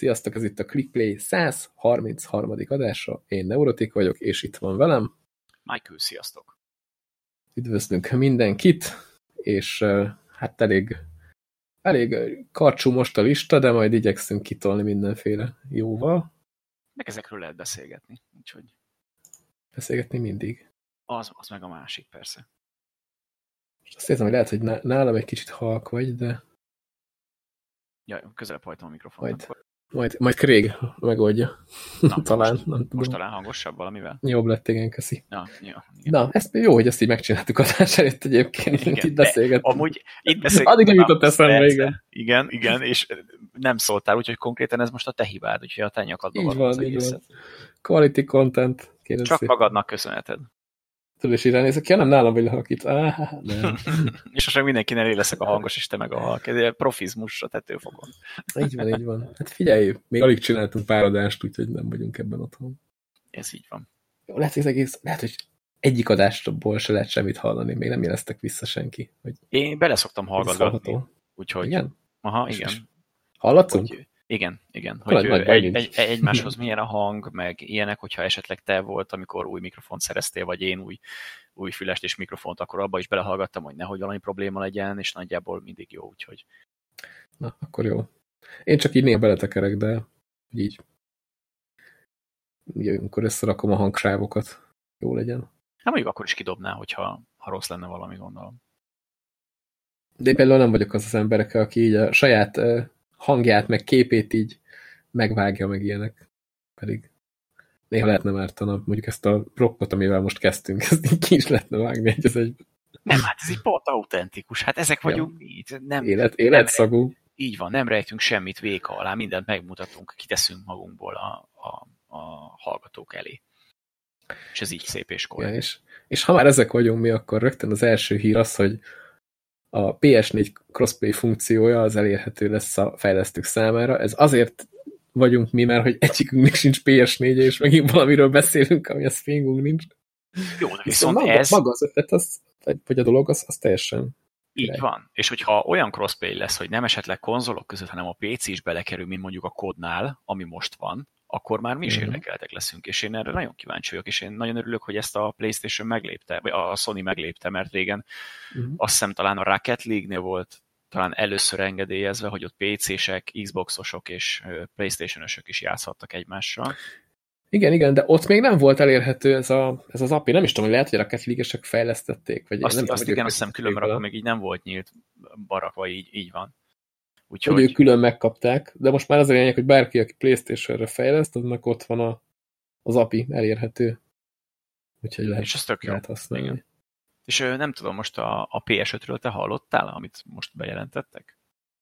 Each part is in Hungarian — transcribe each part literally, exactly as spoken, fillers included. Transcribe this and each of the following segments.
Sziasztok, ez itt a ClickPlay száz harmincharmadik adása. Én Neurotik vagyok, és itt van velem Michael, sziasztok! Üdvözlünk mindenkit, és hát elég, elég karcsú most a lista, de majd igyekszünk kitolni mindenféle jóval. Meg ezekről lehet beszélgetni, úgyhogy... Beszélgetni mindig. Az, az meg a másik, persze. Most azt érzem, hogy lehet, hogy nálam egy kicsit halk vagy, de... Jaj, közelebb hajtom a mikrofonnak. Majd, majd, majd Craig megoldja. Na, talán, most, nem tudom. Most talán hangosabb valamivel? Jobb lett, igen, köszi. Na, jó, Na, ezt jó, hogy ezt így megcsináltuk adás előtt egyébként, igen, itt beszélgetünk. Amúgy itt beszélgetünk. Addig nem jutott eszembe, igen. Igen, igen, és nem szóltál, úgyhogy konkrétan ez most a te hibád, úgyhogy a te nyakadba így van van, az így egészet. van. Quality content. Csak szépen. Magadnak köszönheted. Tudod, és így ránézek, ja, nem nálam vagy halkít. Ah, nem. És most mindenki elé leszek a hangos, és te meg a halk. Ez egy profizmus a tetőfokon. Így van, így van. Hát figyelj, még alig csináltunk pár adást, úgyhogy nem vagyunk ebben otthon. Ez így van. Jó, lehet, hogy egész, lehet, hogy egyik adásból se lehet semmit hallani, még nem jeleztek vissza senki. Hogy én bele szoktam hallgatni. Úgyhogy... Igen? Aha, igen. Hallatunk? Hogy, igen, igen. Hogy egy, egy, egy, egymáshoz milyen a hang, meg ilyenek, hogyha esetleg te volt, amikor új mikrofont szereztél, vagy én új, új fülest és mikrofont, akkor abba is belehallgattam, hogy nehogy valami probléma legyen, és nagyjából mindig jó, úgyhogy... Na, akkor jó. Én csak így néha beletekerek, de így így amikor összerakom a hangsávokat, jó legyen. Hát mondjuk akkor is kidobná, hogyha ha rossz lenne valami, gondolom. De én például nem vagyok az az emberek, aki így a saját hangját, meg képét így megvágja, meg ilyenek. Pedig néha lehetne ártana, mondjuk ezt a blokkot, amivel most kezdtünk, ezt így ki is lehetne vágni egy az egyben. Nem, hát ez így pont autentikus. Hát ezek vagyunk ja. Így. Nem, Élet, életszagú. Nem, így van, nem rejtünk semmit véka alá, mindent megmutatunk, kiteszünk magunkból a, a, a hallgatók elé. És ez így szép és korrekt. Ja, és, és ha már ezek vagyunk mi, akkor rögtön az első hír az, hogy a pé es négy crossplay funkciója az elérhető lesz a fejlesztők számára. Ez azért vagyunk mi, mert hogy egyikünknek sincs pé es négy, és megint valamiről beszélünk, ami az fingunk nincs. Jó, de viszont maga, ez... Maga az ötlet, az, vagy a dolog, az, az teljesen... Így király. Van. És hogyha olyan crossplay lesz, hogy nem esetleg konzolok között, hanem a pé cé is belekerül, mint mondjuk a kodnál, ami most van, akkor már mi is uh-huh. érdekeltek leszünk, és én erre nagyon kíváncsi vagyok, és én nagyon örülök, hogy ezt a PlayStation meglépte, vagy a Sony meglépte, mert régen uh-huh. azt hiszem talán a Rocket League-nél volt talán először engedélyezve, hogy ott pé cések, Xboxosok és PlayStation-ösök is játszhattak egymással. Igen, igen, de ott még nem volt elérhető ez, a, ez az appi. Nem is tudom, hogy lehet, hogy a Rocket League-esek fejlesztették. Vagy azt nem azt tudom, igen, azt hiszem külön, mert akkor még így nem volt nyílt barakva, így, így van. Úgyhogy hogy ők külön megkapták, de most már az a lényeg, hogy bárki, aki PlayStation-re fejleszt, aznak ott van a, az appi elérhető. Úgyhogy lehet, és tök lehet használni. Igen. És nem tudom, most a, a pé es ötről te hallottál, amit most bejelentettek?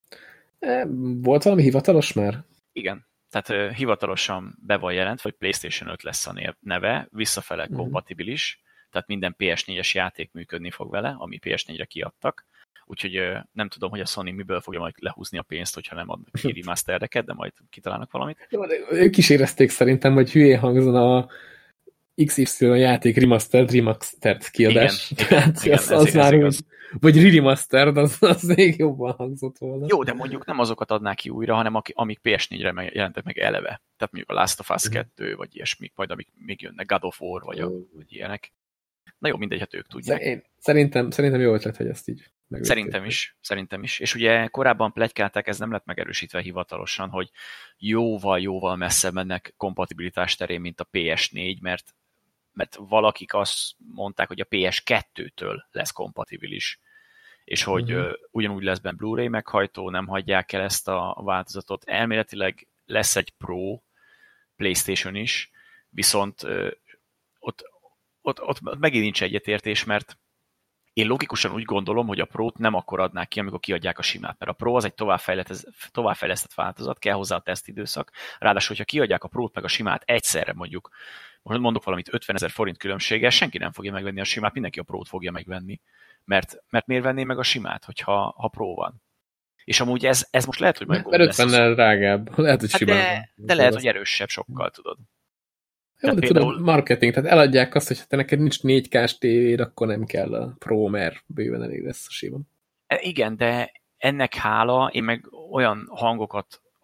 E, volt valami hivatalos már? Igen. Tehát uh, hivatalosan be van jelent, hogy PlayStation öt lesz a neve, visszafele uh-huh. kompatibilis, tehát minden pé es négyes játék működni fog vele, ami pé es négyre kiadtak. Úgyhogy uh, nem tudom, hogy a Sony miből fogja majd lehúzni a pénzt, hogyha nem ad ki remastereket, de majd kitalálnak valamit. Jó, de ők is érezték szerintem, hogy hülyén hangzon a iksz ipszilon játék remastered, remastered kiadás. Igen, igen, igen, az, az már úgy, vagy remastered, az, az még jobban hangzott volna. Jó, de mondjuk nem azokat adnák ki újra, hanem amik pé es négyre jelentek meg eleve. Tehát mondjuk a Last of Us kettő, vagy ilyesmik, majd amik még jönnek, God of War, vagy, a, vagy ilyenek. Na jó, mindegy, hát ők tudják. Én, szerintem, szerintem jó ötlet, hogy ezt így megvették. Szerintem is, szerintem is. És ugye korábban pletykálták, ez nem lett megerősítve hivatalosan, hogy jóval-jóval messze mennek kompatibilitás terén, mint a pé es négy, mert mert valakik azt mondták, hogy a pé es kettőtől lesz kompatibilis, és hogy uh-huh. ugyanúgy lesz benne Blu-ray meghajtó, nem hagyják el ezt a változatot. Elméletileg lesz egy Pro PlayStation is, viszont ott, ott, ott megint nincs egyetértés, mert én logikusan úgy gondolom, hogy a Pro-t nem akkor adnák ki, amikor kiadják a simát, mert a Pro az egy továbbfejlesztett változat, kell hozzá a tesztidőszak. Ráadásul, hogyha kiadják a Pro-t meg a simát egyszerre mondjuk, most mondok valamit ötvenezer forint különbséggel, senki nem fogja megvenni a simát, mindenki a Pro-t fogja megvenni. Mert, mert miért venné meg a simát, hogyha ha Pro van? És amúgy ez, ez most lehet, hogy majd mert ötvennel drágább, lehet, hogy hát simán. De, de lehet, hogy erősebb sokkal, tudod. Jó, de például... tudod, marketing, tehát eladják azt, hogy ha te neked nincs négy kás tévéd, akkor nem kell a Pro, mert bőven elég lesz a sima. Igen, de ennek hála én meg olyan hangokat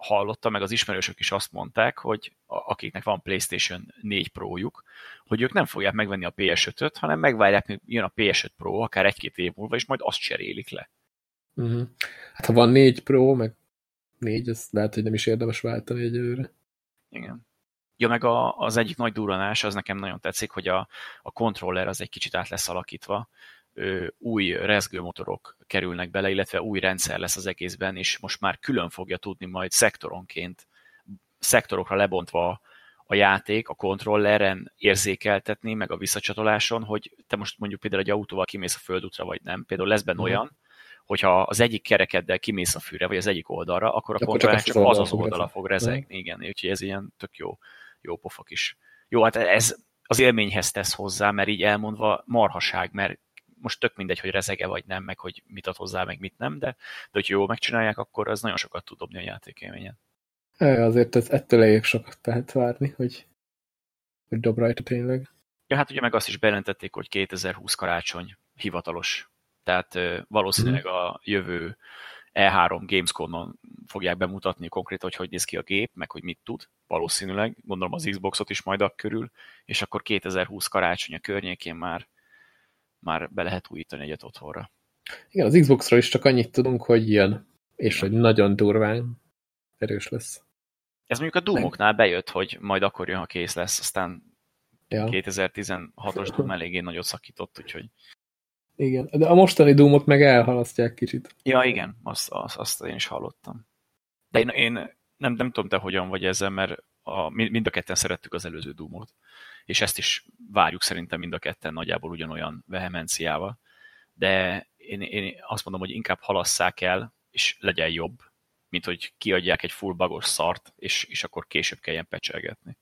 hallottam, meg az ismerősök is azt mondták, hogy akiknek van PlayStation négy Pro-juk, hogy ők nem fogják megvenni a pé es ötöt, hanem megvárják, hogy jön a pé es öt Pro, akár egy-két év múlva, és majd azt cserélik le. Uh-huh. Hát ha van négy Pro, meg négy, az lehet, hogy nem is érdemes váltani egyelőre. Igen. Ja, meg a, az egyik nagy durranás, az nekem nagyon tetszik, hogy a, a controller az egy kicsit át lesz alakítva, Ö, új rezgőmotorok kerülnek bele, illetve új rendszer lesz az egészben, és most már külön fogja tudni majd szektoronként, szektorokra lebontva a játék, a kontrolleren érzékeltetni, meg a visszacsatoláson, hogy te most mondjuk például egy autóval kimész a földútra, vagy nem. Például lesz benne olyan, hogyha az egyik kerekeddel kimész a fűre, vagy az egyik oldalra, akkor a kontroller csak, csak az az oldala fog rezegni. Igen, úgyhogy ez ilyen tök jó, jó pofak is. Jó, hát ez az élményhez tesz hozzá, mert így elmondva marhaság, mert most tök mindegy, hogy rezege vagy nem, meg hogy mit ad hozzá, meg mit nem, de, de hogy jól megcsinálják, akkor az nagyon sokat tud dobni a játékélményen. Azért ez ettől elég sokat lehet várni, hogy, hogy dob rajta tényleg. Ja, hát ugye meg azt is bejelentették, hogy kétezer-húsz karácsony hivatalos. Tehát valószínűleg a jövő E három Gamescom-on fogják bemutatni konkrétan, hogy hogy néz ki a gép, meg hogy mit tud, valószínűleg, gondolom az Xboxot is majd körül, és akkor kétezer-húsz karácsony a környékén már, már be lehet újítani egyet otthonra. Igen, az Xboxra is csak annyit tudunk, hogy jön, és hogy nagyon durván erős lesz. Ez mondjuk a Doomoknál bejött, hogy majd akkor jön, ha kész lesz, aztán ja. kétezer-tizenhatos Doom eléggé nagyot szakított, úgyhogy... Igen, de a mostani Doomot meg elhalasztják kicsit. Ja, igen, azt, azt, azt én is hallottam. De én, én nem, nem tudom, te hogyan vagy ezzel, mert a, mind a ketten szerettük az előző Doomot, és ezt is várjuk szerintem mind a ketten nagyjából ugyanolyan vehemenciával, de én, én azt mondom, hogy inkább halasszák el, és legyen jobb, mint hogy kiadják egy full bugos szart, és, és akkor később kelljen pecselgetni.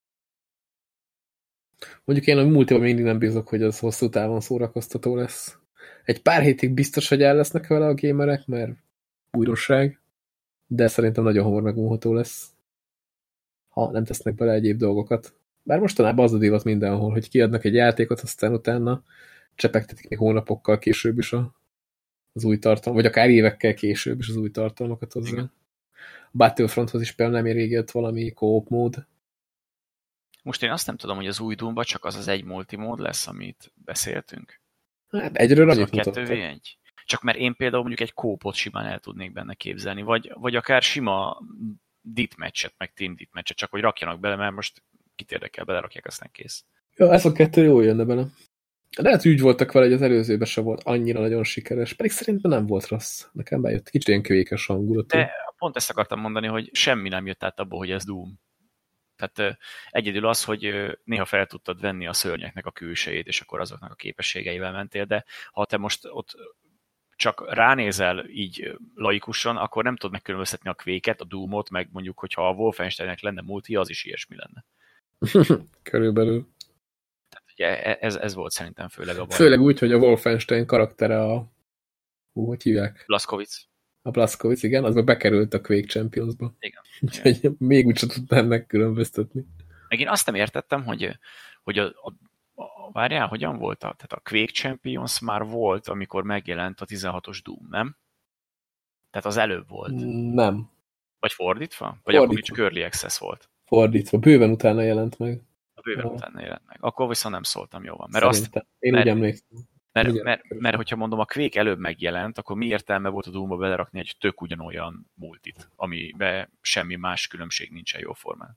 Mondjuk én a multiban mindig nem bízok, hogy az hosszú távon szórakoztató lesz. Egy pár hétig biztos, hogy el lesznek vele a gamerek, mert újdonság, de szerintem nagyon hamar megunható lesz, ha nem tesznek bele egyéb dolgokat. Bár mostanában az a divat mindenhol, hogy kiadnak egy játékot, aztán utána csepegtetik még hónapokkal később is a, az új tartalmat, vagy akár évekkel később is az új tartalmakat hozzá. Igen. A Battlefronthoz is például nem rég jött valami co-op mód. Most én azt nem tudom, hogy az új Doomban csak az az egy multimód lesz, amit beszéltünk. Hát egyről annyit mutattak. egy. Csak mert én például mondjuk egy kópot simán el tudnék benne képzelni, vagy, vagy akár sima ditmatchet, meg team ditmatchet, csak hogy rakjanak bele, mert most kit érdekel, belerakják, aztán kész. Ja, ez a kettő jól jönne bele. Lehet, hogy úgy voltak vele, hogy az előzőben sem volt annyira nagyon sikeres, pedig szerintem nem volt rossz. Nekem bejött kicsit ilyen kvékes hangulatú. De pont ezt akartam mondani, hogy semmi nem jött át abból, hogy ez Doom. Tehát egyedül az, hogy néha fel tudtad venni a szörnyeknek a külsejét, és akkor azoknak a képességeivel mentél, de ha te most ott csak ránézel így laikusan, akkor nem tudod megkülönböztetni a Quake-et, a Doomot, meg mondjuk, hogyha a Wolfensteinnek lenne multi, az is ilyesmi lenne. Körülbelül. Tehát ugye ez, ez volt szerintem főleg a baj. Főleg úgy, hogy a Wolfenstein karaktere a... Hú, hogy hívják? Blazkowicz. A Blazkowicz, igen, azba bekerült a Quake Champions-ba. Igen. Úgyhogy még úgysem tudnám megkülönböztetni. Meg én azt nem értettem, hogy, hogy a, a, a, várjál, hogyan volt? A, tehát a Quake Champions már volt, amikor megjelent a tizenhatos Doom, nem? Tehát az előbb volt. Nem. Vagy fordítva? Vagy fordítva. Akkor csak Early Access volt? Fordítva. Bőven utána jelent meg. A bőven a... utána jelent meg. Akkor viszont nem szóltam jól van. Mert azt, én mert, úgy emlékszem. Mert, mert, mert, mert hogyha mondom, a Quake előbb megjelent, akkor mi értelme volt a Doomba belerakni egy tök ugyanolyan multit, amiben semmi más különbség nincsen jóformán.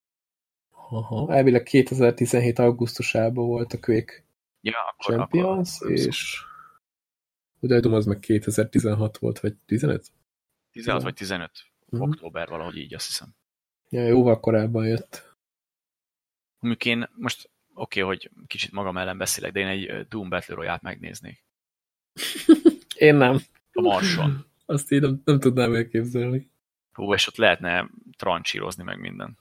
Aha, elvileg kétezer-tizenhét augusztusában volt a Quake ja, akkor, Champions, akkor, és ugye a Doom az meg kétezer-tizenhat volt, vagy tizenöt? tizenhat vagy tizenöt. Uh-huh. Október valahogy így, azt hiszem. Ja, jóval korábban jött. Mondjuk én most oké, okay, hogy kicsit magam ellen beszélek, de én egy Doom Battle Royale-t megnéznék. Én nem. A Marson. Azt én nem, nem tudnám elképzelni. Hú, és ott lehetne trancsírozni meg minden.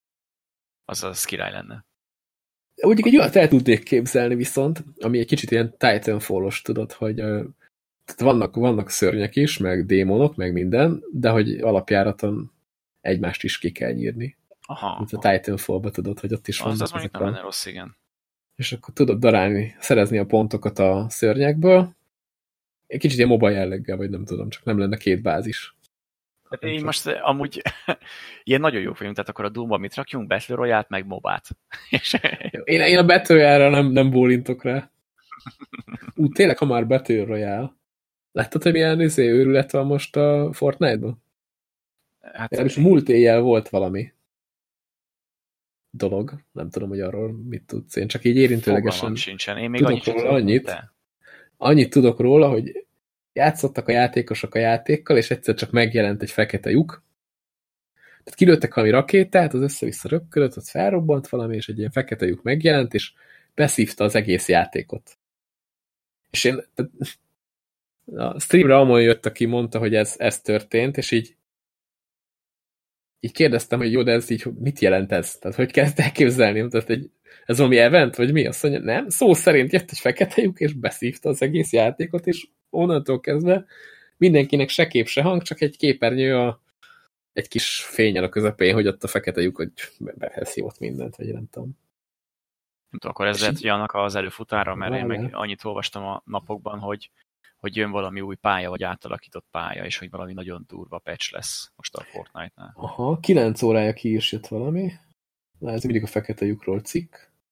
Az az király lenne. Úgy egy olyat el tudnék képzelni viszont, ami egy kicsit ilyen Titanfall-os, tudod, hogy tehát vannak, vannak szörnyek is, meg démonok, meg minden, de hogy alapjáraton egymást is ki kell nyírni. Aha. Mint a Titanfall-ba tudod, hogy ott is vannak. Az, az ezek nem lenne rossz, igen. És akkor tudod darálni, szerezni a pontokat a szörnyekből. Egy kicsit ilyen mobile jelleggel, vagy nem tudom, csak nem lenne két bázis. Hát én most amúgy ilyen nagyon jók vagyunk, tehát akkor a Doom-ban mit rakjunk? Battle Royale-t, meg mobát. én, én a Battle Royale-ra nem, nem bólintok rá. Ú, tényleg, ha már Battle Royale. Láttad, hogy milyen izé, őrület van most a Fortnite-ban? Hát, és múlt éjjel volt valami dolog. Nem tudom, hogy arról mit tudsz. Én csak így érintőlegesen sincsen. Én még tudok annyit róla tudom, annyit. Annyit tudok róla, hogy játszottak a játékosok a játékkal, és egyszer csak megjelent egy fekete lyuk. Tehát kilőttek valami rakétát, az össze-vissza röpködött, ott felrobbant valami, és egy ilyen fekete lyuk megjelent, és beszívta az egész játékot. És én a streamre amolyan jött, aki mondta, hogy ez, ez történt, és így így kérdeztem, hogy jó, de ez így mit jelent ez? Tehát hogy kezd elképzelni? Tehát egy, ez valami event, vagy mi? Azt mondja, nem. Szó szerint jött egy fekete lyuk, és beszívta az egész játékot, és onnantól kezdve mindenkinek se kép, se hang, csak egy képernyő a, egy kis fényen a közepén, hogy ott a fekete lyuk, hogy beheszívott mindent, vagy nem tudom. Nem tudom, akkor ez lehet, hogy annak az előfutára, mert én meg annyit olvastam a napokban, hogy hogy jön valami új pálya, vagy átalakított pálya, és hogy valami nagyon durva patch lesz most a Fortnite-nál. Aha, kilenc órája ki is jött valami. Na, ez mindig a fekete lyukról cikk.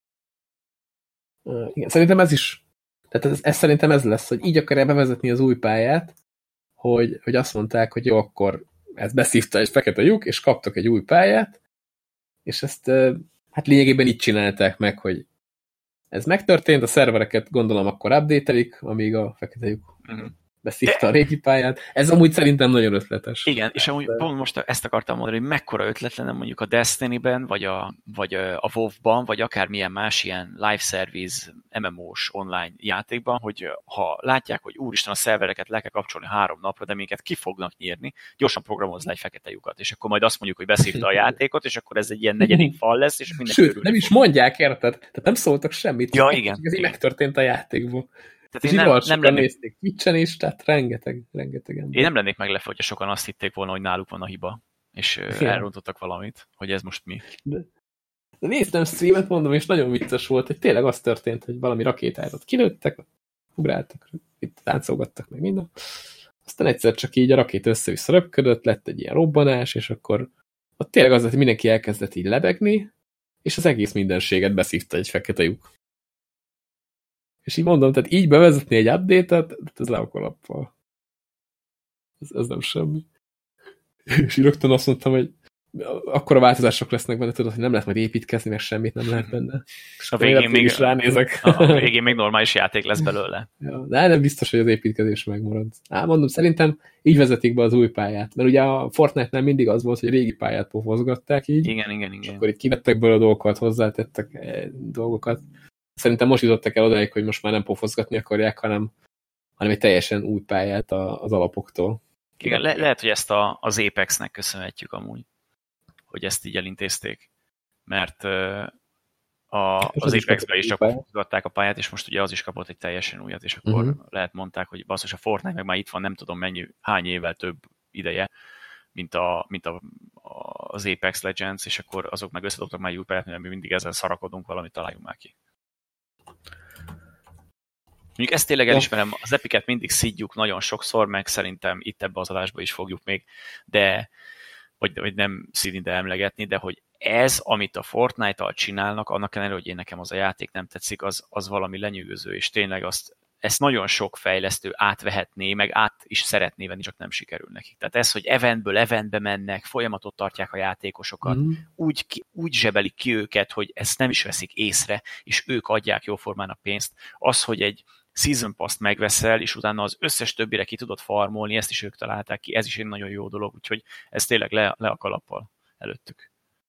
Uh, igen, szerintem ez is, tehát ez, ez szerintem ez lesz, hogy így akarja bevezetni az új pályát, hogy, hogy azt mondták, hogy jó, akkor ez beszívta egy fekete lyuk, és kaptak egy új pályát, és ezt uh, hát lényegében így csinálták meg, hogy ez megtörtént, a szervereket gondolom akkor update-elik, amíg a fekete lyuk uh-huh. beszívta De... a régi pályát. Ez amúgy szerintem nagyon ötletes. Igen, és amúgy De... pont most ezt akartam mondani, hogy mekkora ötlet lenne mondjuk a Destiny-ben, vagy a, vagy a WoW-ban, vagy akármilyen más ilyen live service, em em o-s online játékban, hogy ha látják, hogy úristen a szervereket le kell kapcsolni három napra, de minket ki fognak nyírni, gyorsan programozz le egy fekete lyukat, és akkor majd azt mondjuk, hogy beszívta a játékot, és akkor ez egy ilyen negyedik fal lesz, és minden Sőt, nem is mondják, érted? Tehát nem szóltak semmit. Ja, igen. Ez így megtörtént a játékból. Tehát én nem, nem lennék... nézték Twitch-en is, tehát rengeteg, rengeteg ember. Én nem lennék meglepve, hogyha sokan azt hitték volna, hogy náluk van a hiba, és ja. elrontottak valamit, hogy ez most mi. De, de néztem streamet, mondom, és nagyon vicces volt, hogy tényleg az történt, hogy valami rakétáját kilőttek, ugráltak, itt táncolgattak meg minden. Aztán egyszer csak így a rakéta össze-vissza röpködött, lett egy ilyen robbanás, és akkor ott tényleg az, hogy mindenki elkezdett így lebegni, és az egész mindenséget beszívta egy fekete lyuk. És így mondom, tehát így bevezetni egy update-et, ez le a kalappal. Ez, ez nem semmi. És így rögtön azt mondtam, hogy akkora változások lesznek benne, tudod, hogy nem lehet majd építkezni, meg semmit nem lehet benne. És a végén még is ránézek. A, a végén még normális játék lesz belőle. Ja, de nem biztos, hogy az építkezés megmarad. Á, mondom, szerintem így vezetik be az új pályát. Mert ugye a Fortnite-nál mindig az volt, hogy a régi pályát pofozgatták így. Igen, igen, igen. És akkor itt kivettek belőle dolgokat, hozzátettek dolgokat. Szerintem most jutottak el odáig, hogy most már nem pofozgatni akarják, hanem, hanem egy teljesen új pályát az alapoktól. Igen, le lehet, hogy ezt a, az Apexnek köszönhetjük amúgy, hogy ezt így elintézték. Mert a, az Apexbe is csak pofozgatták a pályát, és most ugye az is kapott egy teljesen újat, és akkor uh-huh. lehet mondták, hogy basszus, a Fortnite meg már itt van, nem tudom mennyi, hány évvel több ideje, mint, a, mint a, az Apex Legends, és akkor azok meg összedobtak már egy új pályát, mert mi mindig ezzel szarakodunk, valamit találjunk már ki. Mondjuk ezt tényleg elismerem, az Epicet mindig szidjuk nagyon sokszor, meg szerintem itt ebbe az adásba is fogjuk még, de vagy, vagy nem szidni, de emlegetni, de hogy ez, amit a Fortnite-tal csinálnak, annak ellenére, hogy én nekem az a játék nem tetszik, az, az valami lenyűgöző, és tényleg azt, ezt nagyon sok fejlesztő átvehetné, meg át is szeretné venni, csak nem sikerül nekik. Tehát ez, hogy eventből eventbe mennek, folyamatot tartják a játékosokat, mm. úgy, ki, úgy zsebelik ki őket, hogy ezt nem is veszik észre, és ők adják jóformán a pénzt. Az, hogy egy Season Pass-t megveszel, és utána az összes többire ki tudod farmolni, ezt is ők találták ki, ez is egy nagyon jó dolog, úgyhogy ez tényleg le, le a kalappal előttük.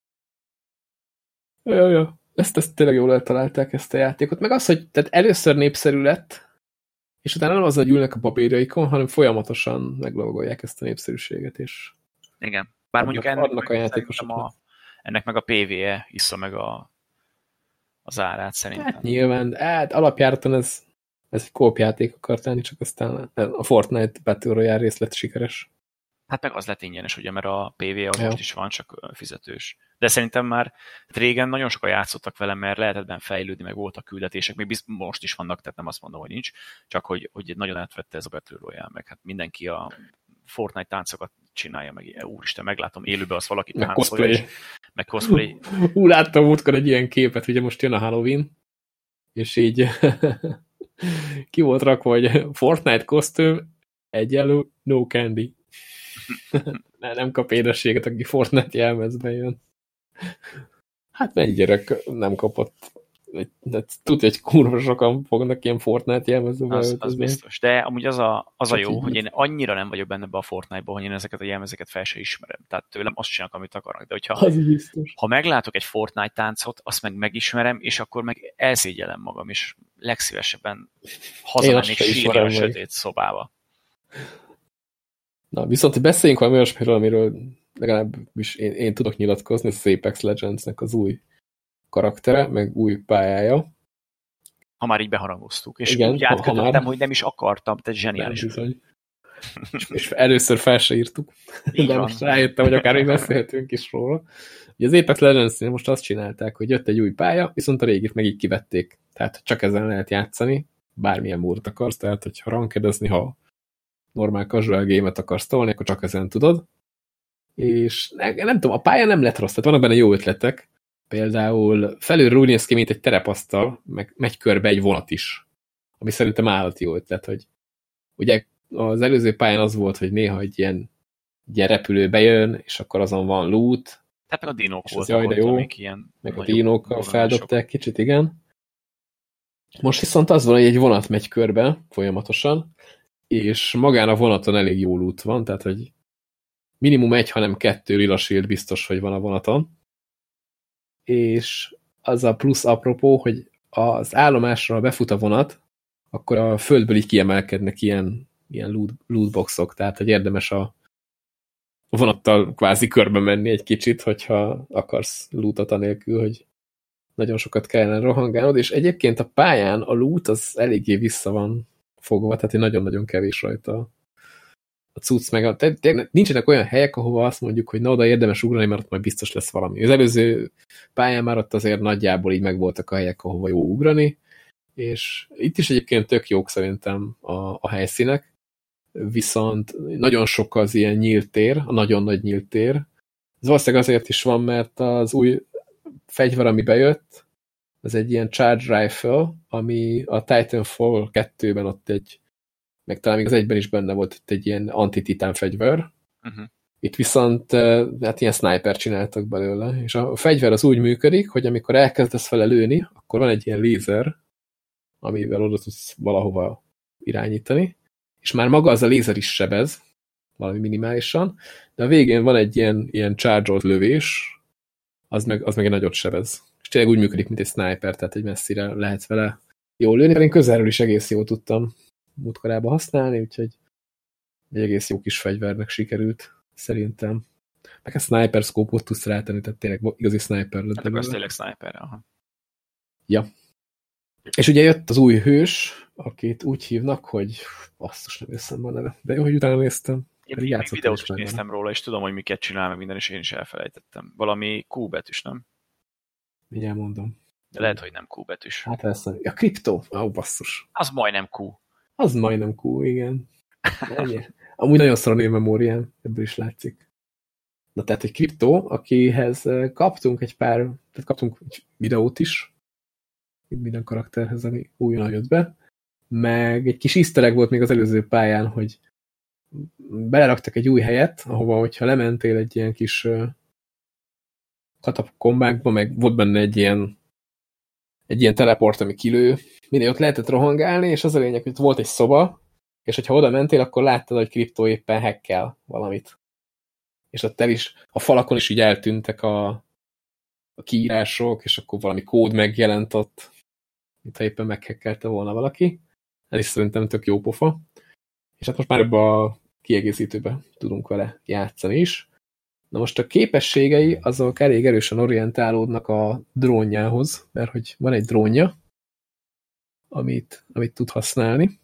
Jó, jó. Ezt, ezt tényleg jól eltalálták, ezt a játékot. Meg az, hogy tehát először népszerű lett, és utána nem az, hogy ülnek a papírjaikon, hanem folyamatosan meglovagolják ezt a népszerűséget, és igen. Bár mondjuk ennek, a játékosoknak. A, ennek meg a pé vé e issza meg a, az árát szerintem. Hát nyilván, hát alapjáraton ez Ez egy kópjáték akart lenni, csak aztán a Fortnite Battle Royale rész lett sikeres. Hát meg az lett ingyenes, ugye, mert a pé vé é az most is van, csak fizetős. De szerintem már régen nagyon sokan játszottak vele, mert lehetett benne fejlődni, meg voltak küldetések, még most is vannak, tehát nem azt mondom, hogy nincs, csak hogy, hogy nagyon átvette ez a Battle Royale, meg hát mindenki a Fortnite táncokat csinálja meg. Úristen, meglátom élőben azt valaki meg táncolja, cosplay. És, meg cosplay. Hú, láttam múltkor egy ilyen képet, ugye most jön a Halloween, és így ki volt rakva, hogy Fortnite kosztüm egyenlő no candy. Nem kap édességet, aki Fortnite jelmezben jön. Hát mennyi gyerek nem kapott. De tudja, hogy kurva sokan fognak ilyen Fortnite jelmezbe az, az biztos. De amúgy az a, az a jó, hogy én annyira nem vagyok benne be a Fortnite-ba, hogy én ezeket a jelmezeket fel se ismerem. Tehát tőlem azt csinálok, amit akarnak. De hogyha az biztos. Ha meglátok egy Fortnite táncot, azt meg megismerem, és akkor meg elszégyellem magam, és legszívesebben hazamennék sírni a sötét szobába. Na, viszont beszéljünk valami olyasmiről, amiről legalábbis én, én tudok nyilatkozni, ez az Apex Legends-nek az új karaktere, meg új pályája. Ha már így beharangoztuk. És igen, úgy átkötöttem, már... hogy nem is akartam, tehát zseniális. Bizony. És először fel se írtuk. Így de van. Most rájöttem, hogy akár még beszélhetünk is róla. Ugye az Apex Legends-nél most azt csinálták, hogy jött egy új pálya, viszont a régit meg így kivették. Tehát csak ezen lehet játszani, bármilyen módot akarsz, tehát hogyha rankedezni, ha normál casual game-et akarsz tolni, akkor csak ezen tudod. És nem, nem tudom, a pálya nem lett rossz, tehát vannak benne jó ötletek. Például felülről úgy néz ki, mint egy terepasztal, meg megy körbe egy vonat is. Ami szerintem állati jó ötlet, hogy ugye az előző pályán az volt, hogy néha egy ilyen, egy ilyen repülő bejön, és akkor azon van loot. Tehát meg a dinók voltak ott, jó, amik ilyen meg a dinókkal feldobták kicsit, igen. Most viszont az van, hogy egy vonat megy körbe folyamatosan, és magán a vonaton elég jó loot van, tehát hogy minimum egy, hanem kettő lila shield biztos, hogy van a vonaton. És az a plusz apropó, hogy az állomásra, ha befut a vonat, akkor a földből így kiemelkednek ilyen, ilyen loot, lootboxok, tehát hogy érdemes a vonattal kvázi körbe menni egy kicsit, hogyha akarsz lootot anélkül, hogy nagyon sokat kellene rohangálnod, és egyébként a pályán a loot az eléggé vissza van fogva, tehát nagyon-nagyon kevés rajta a cucc, meg a, te, nincsenek olyan helyek, ahova azt mondjuk, hogy na, oda érdemes ugrani, mert ott majd biztos lesz valami. Az előző pályán már ott azért nagyjából így megvoltak a helyek, ahova jó ugrani, és itt is egyébként tök jók szerintem a, a helyszínek, viszont nagyon sok az ilyen nyílt tér, a nagyon nagy nyílt tér. Ez valószínűleg azért is van, mert az új fegyver, ami bejött, az egy ilyen charge rifle, ami a Titanfall kettőben ott egy, meg talán még az egyben is benne volt ott egy ilyen anti-titán fegyver. Uh-huh. Itt viszont hát ilyen sniper csináltak belőle, és a fegyver az úgy működik, hogy amikor elkezdesz vele lőni, akkor van egy ilyen lézer, amivel oda tudsz valahova irányítani, és már maga az a lézer is sebez, valami minimálisan, de a végén van egy ilyen, ilyen charge-olt lövés, az meg, az meg egy nagyot sebez. És tényleg úgy működik, mint egy sniper, tehát egy messzire lehet vele jól lőni, én közelről is egész jól tudtam múltkorában használni, úgyhogy egy egész jó kis fegyvernek sikerült, szerintem. Meg a sniper scope-ot tudsz rátenni, tehát tényleg igazi sniper lett. Hát az tényleg sniper, aha. Ja. És ugye jött az új hős, akit úgy hívnak, hogy basszus, nem eszembe a neve. De jó, hogy utána néztem. Én még videót is néztem róla, és tudom, hogy miket csinál, meg minden, és én is elfelejtettem. Valami Q betűs, nem? Mindjárt mondom. De lehet, hogy nem Q betűs. Hát lesz. A kriptó? Ó, oh, basszus. Az majdnem Q. Az majdnem Q, igen. Amúgy nagyon szar a névmemóriám, ebből is látszik. Na tehát egy kriptó, akihez kaptunk egy pár, tehát kaptunk egy videót is, minden karakterhez, ami újonnan jött be, meg egy kis easter egg volt még az előző pályán, hogy beleraktak egy új helyet, ahova, hogyha lementél egy ilyen kis katakombákba, meg volt benne egy ilyen egy ilyen teleport, ami kilő, minél ott lehetett rohangálni, és az a lényeg, hogy volt egy szoba, és hogyha oda mentél, akkor láttad, hogy kriptó éppen hackkel valamit. És ott el is, a falakon is így eltűntek a, a kiírások, és akkor valami kód megjelent ott, mintha éppen meghackelte volna valaki. Ez is szerintem tök jó pofa. És hát most már ebbe a kiegészítőbe tudunk vele játszani is. Na most a képességei azok elég erősen orientálódnak a drónjához, mert hogy van egy drónja, amit, amit tud használni.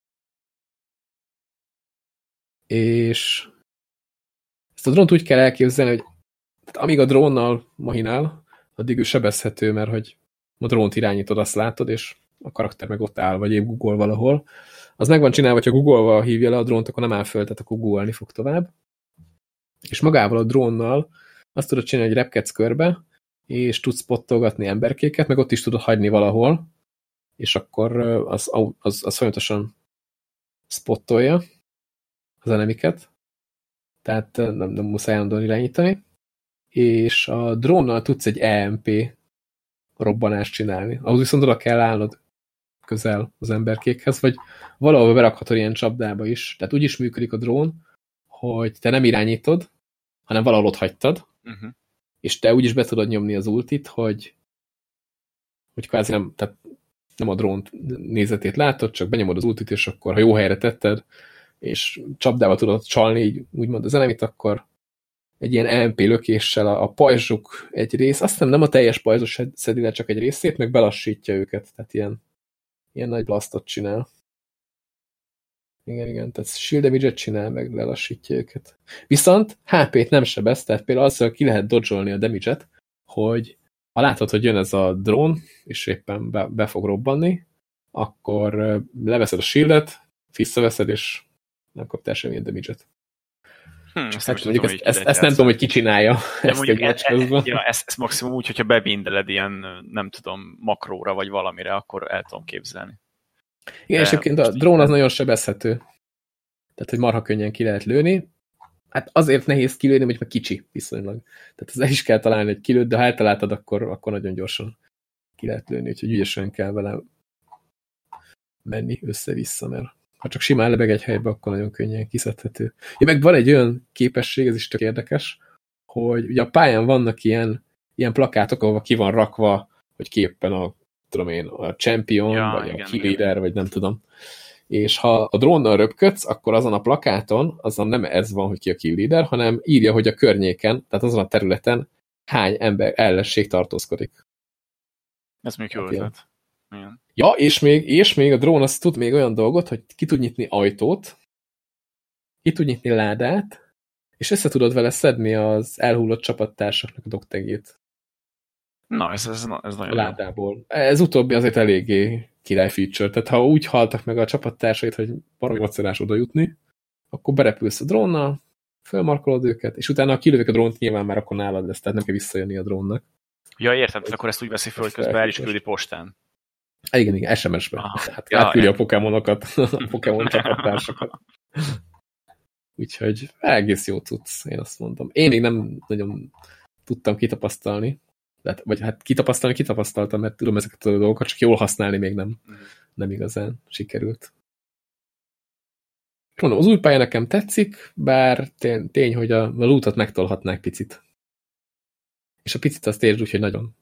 És ezt a drónt úgy kell elképzelni, hogy amíg a drónnal mahinál, addig ő sebezhető, mert hogy a drónt irányítod, azt látod, és a karakter meg ott áll, vagy épp Google valahol. Az meg van csinálva, hogyha Google-val hívja le a drónt, akkor nem áll föl, tehát akkor Google-ni fog tovább. És magával a drónnal azt tudod csinálni, hogy repkedsz körbe, és tudsz spottolgatni emberkéket, meg ott is tudod hagyni valahol, és akkor az, az, az folyamatosan spottolja az enemiket, tehát nem, nem muszáj állandóan irányítani, és a drónnal tudsz egy E M P robbanást csinálni. Ahhoz viszont oda kell állnod közel az emberkékhez, vagy valahol berakhatod ilyen csapdába is. Tehát úgy is működik a drón, hogy te nem irányítod, hanem valahol ott hagytad, uh-huh. és te úgy is be tudod nyomni az ultit, hogy, hogy kvázi nem, tehát nem a drón nézetét látod, csak benyomod az ultit, és akkor, ha jó helyre tetted, és csapdába tudod csalni, így úgymond az enemit, akkor egy ilyen E M P lökéssel a, a pajzsuk egy rész, azt hiszem nem a teljes pajzsos szedi le, csak egy részét, meg belassítja őket, tehát ilyen, ilyen nagy blastot csinál. Igen, igen, tehát shield damage-et csinál, meg lelassítja őket. Viszont há pét nem sebez, tehát például azzal ki lehet dodge-olni a damage-et, hogy ha látod, hogy jön ez a drón, és éppen be, be fog robbanni, akkor leveszed a shieldet, visszaveszed, és nem kaptál semmilyen damage-et. Hmm, ezt, hát, mondjuk ezt, ezt, ezt nem tudom, hogy ki csinálja. Ezt, mondjuk, e, e, ja, ezt, ezt maximum úgy, hogyha bebindeled ilyen, nem tudom, makróra, vagy valamire, akkor el tudom képzelni. Igen, és egyébként a drón az nagyon sebezhető. Tehát, hogy marha könnyen ki lehet lőni. Hát azért nehéz kilőni, hogy meg kicsi viszonylag. Tehát az el is kell találni egy kilőt, de ha eltaláltad, akkor, akkor nagyon gyorsan ki lehet lőni, úgyhogy ügyesen kell vele menni össze-vissza, mert ha csak simán lebeg egy helybe, akkor nagyon könnyen kiszedhető. Ja, meg van egy olyan képesség, ez is tök érdekes, hogy ugye a pályán vannak ilyen, ilyen plakátok, ahol ki van rakva, hogy ki éppen a, tudom én, a champion, ja, vagy igen, a key leader, vagy nem tudom. És ha a drónnal röpködsz, akkor azon a plakáton, azon nem ez van, hogy ki a key leader, hanem írja, hogy a környéken, tehát azon a területen hány ember ellenség tartózkodik. Ez még jó ötlet. Igen. Ja, és még, és még a drón az tud még olyan dolgot, hogy ki tud nyitni ajtót, ki tud nyitni ládát, és össze tudod vele szedni az elhullott csapattársaknak a dogtagjét. Na, ez, ez, ez nagyon ládából. Jó. Ez utóbbi azért eléggé király feature. Tehát ha úgy haltak meg a csapattársait, hogy baromi macerás oda jutni, akkor berepülsz a drónnal, fölmarkolod őket, és utána ha kilövik a drónt, nyilván már akkor nálad lesz, tehát nem kell visszajönni a drónnak. Ja, értem, akkor ezt úgy veszi föl, hogy közben el is küldi postán. Igen, igen, es em es-ben. Hát ja, átküldi a pokémonokat, a Pokémon csapattársakat. Úgyhogy egész jó tudsz, én azt mondom. Én még nem nagyon tudtam kitapasztalni, de, vagy hát kitapasztalni, kitapasztaltam, mert tudom ezeket a dolgokat, csak jól használni még nem, nem igazán sikerült. Mondom, az új pálya nekem tetszik, bár tény, tény hogy a, a lootot megtolhatnák picit. És a picit azt értsd úgy, hogy nagyon.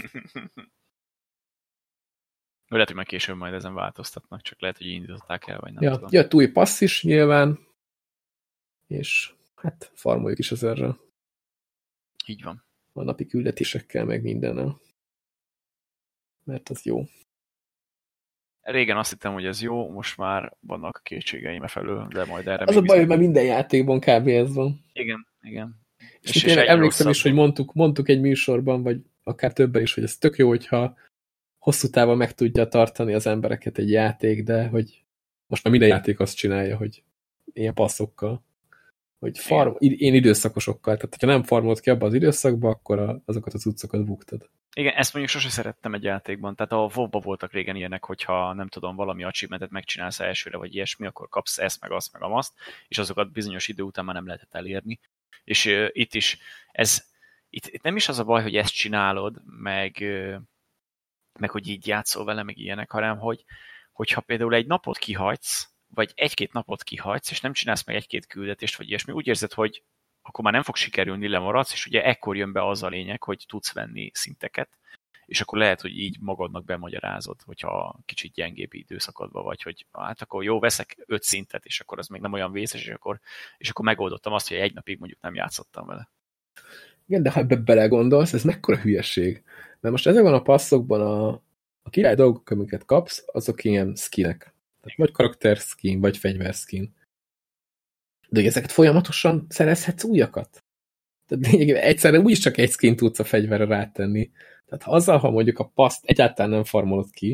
Lehet, hogy meg később majd ezen változtatnak, csak lehet, hogy indították el, vagy nem ja, tudom. Jött új passz is nyilván, és hát farmoljuk is az erre. Így van. A napi küldetésekkel, meg mindennel. Mert az jó. Régen azt hittem, hogy ez jó, most már vannak kétségeim e felől, de majd erre az a baj, hogy már minden játékban kb. Ez van. Igen, igen. És, és, és emlékszem rosszabb. is, hogy mondtuk, mondtuk egy műsorban, vagy akár többen is, hogy ez tök jó, hogyha hosszú távon meg tudja tartani az embereket egy játék, de hogy most már minden játék azt csinálja, hogy ilyen passzokkal, hogy farm, én időszakosokkal, tehát ha nem farmolt ki abba az időszakba, akkor a, azokat az utcokat buktad. Igen, ezt mondjuk sose szerettem egy játékban, tehát a WoW-ban voltak régen ilyenek, hogyha nem tudom, valami achievementet megcsinálsz elsőre, vagy ilyesmi, akkor kapsz ezt, meg azt, meg azt, és azokat bizonyos idő után már nem lehetett elérni. És uh, itt is, ez, itt, itt nem is az a baj, hogy ezt csinálod, meg, uh, meg hogy így játszol vele, meg ilyenek, hanem hogy, hogyha például egy napot kihagysz, vagy egy-két napot kihagysz, és nem csinálsz meg egy-két küldetést, vagy ilyesmi, úgy érzed, hogy akkor már nem fog sikerülni, lemaradsz, és ugye ekkor jön be az a lényeg, hogy tudsz venni szinteket, és akkor lehet, hogy így magadnak bemagyarázod, hogyha kicsit gyengébb időszakadban vagy, hogy hát akkor jó, veszek öt szintet, és akkor az még nem olyan vészes, és akkor, és akkor megoldottam azt, hogy egy napig mondjuk nem játszottam vele. Igen, de ha ebbe belegondolsz, ez mekkora hülyeség. Mert most ezekben a passzokban a, a király dolgok, amiket kapsz, azok ilyen skinek. Tehát vagy karakter skin, vagy fegyver skin. De ezeket folyamatosan szerezhetsz újakat. Tehát lényegében egyszerre úgyis csak egy skin tudsz a fegyverre rátenni. Tehát ha azzal, ha mondjuk a paszt egyáltalán nem farmolod ki,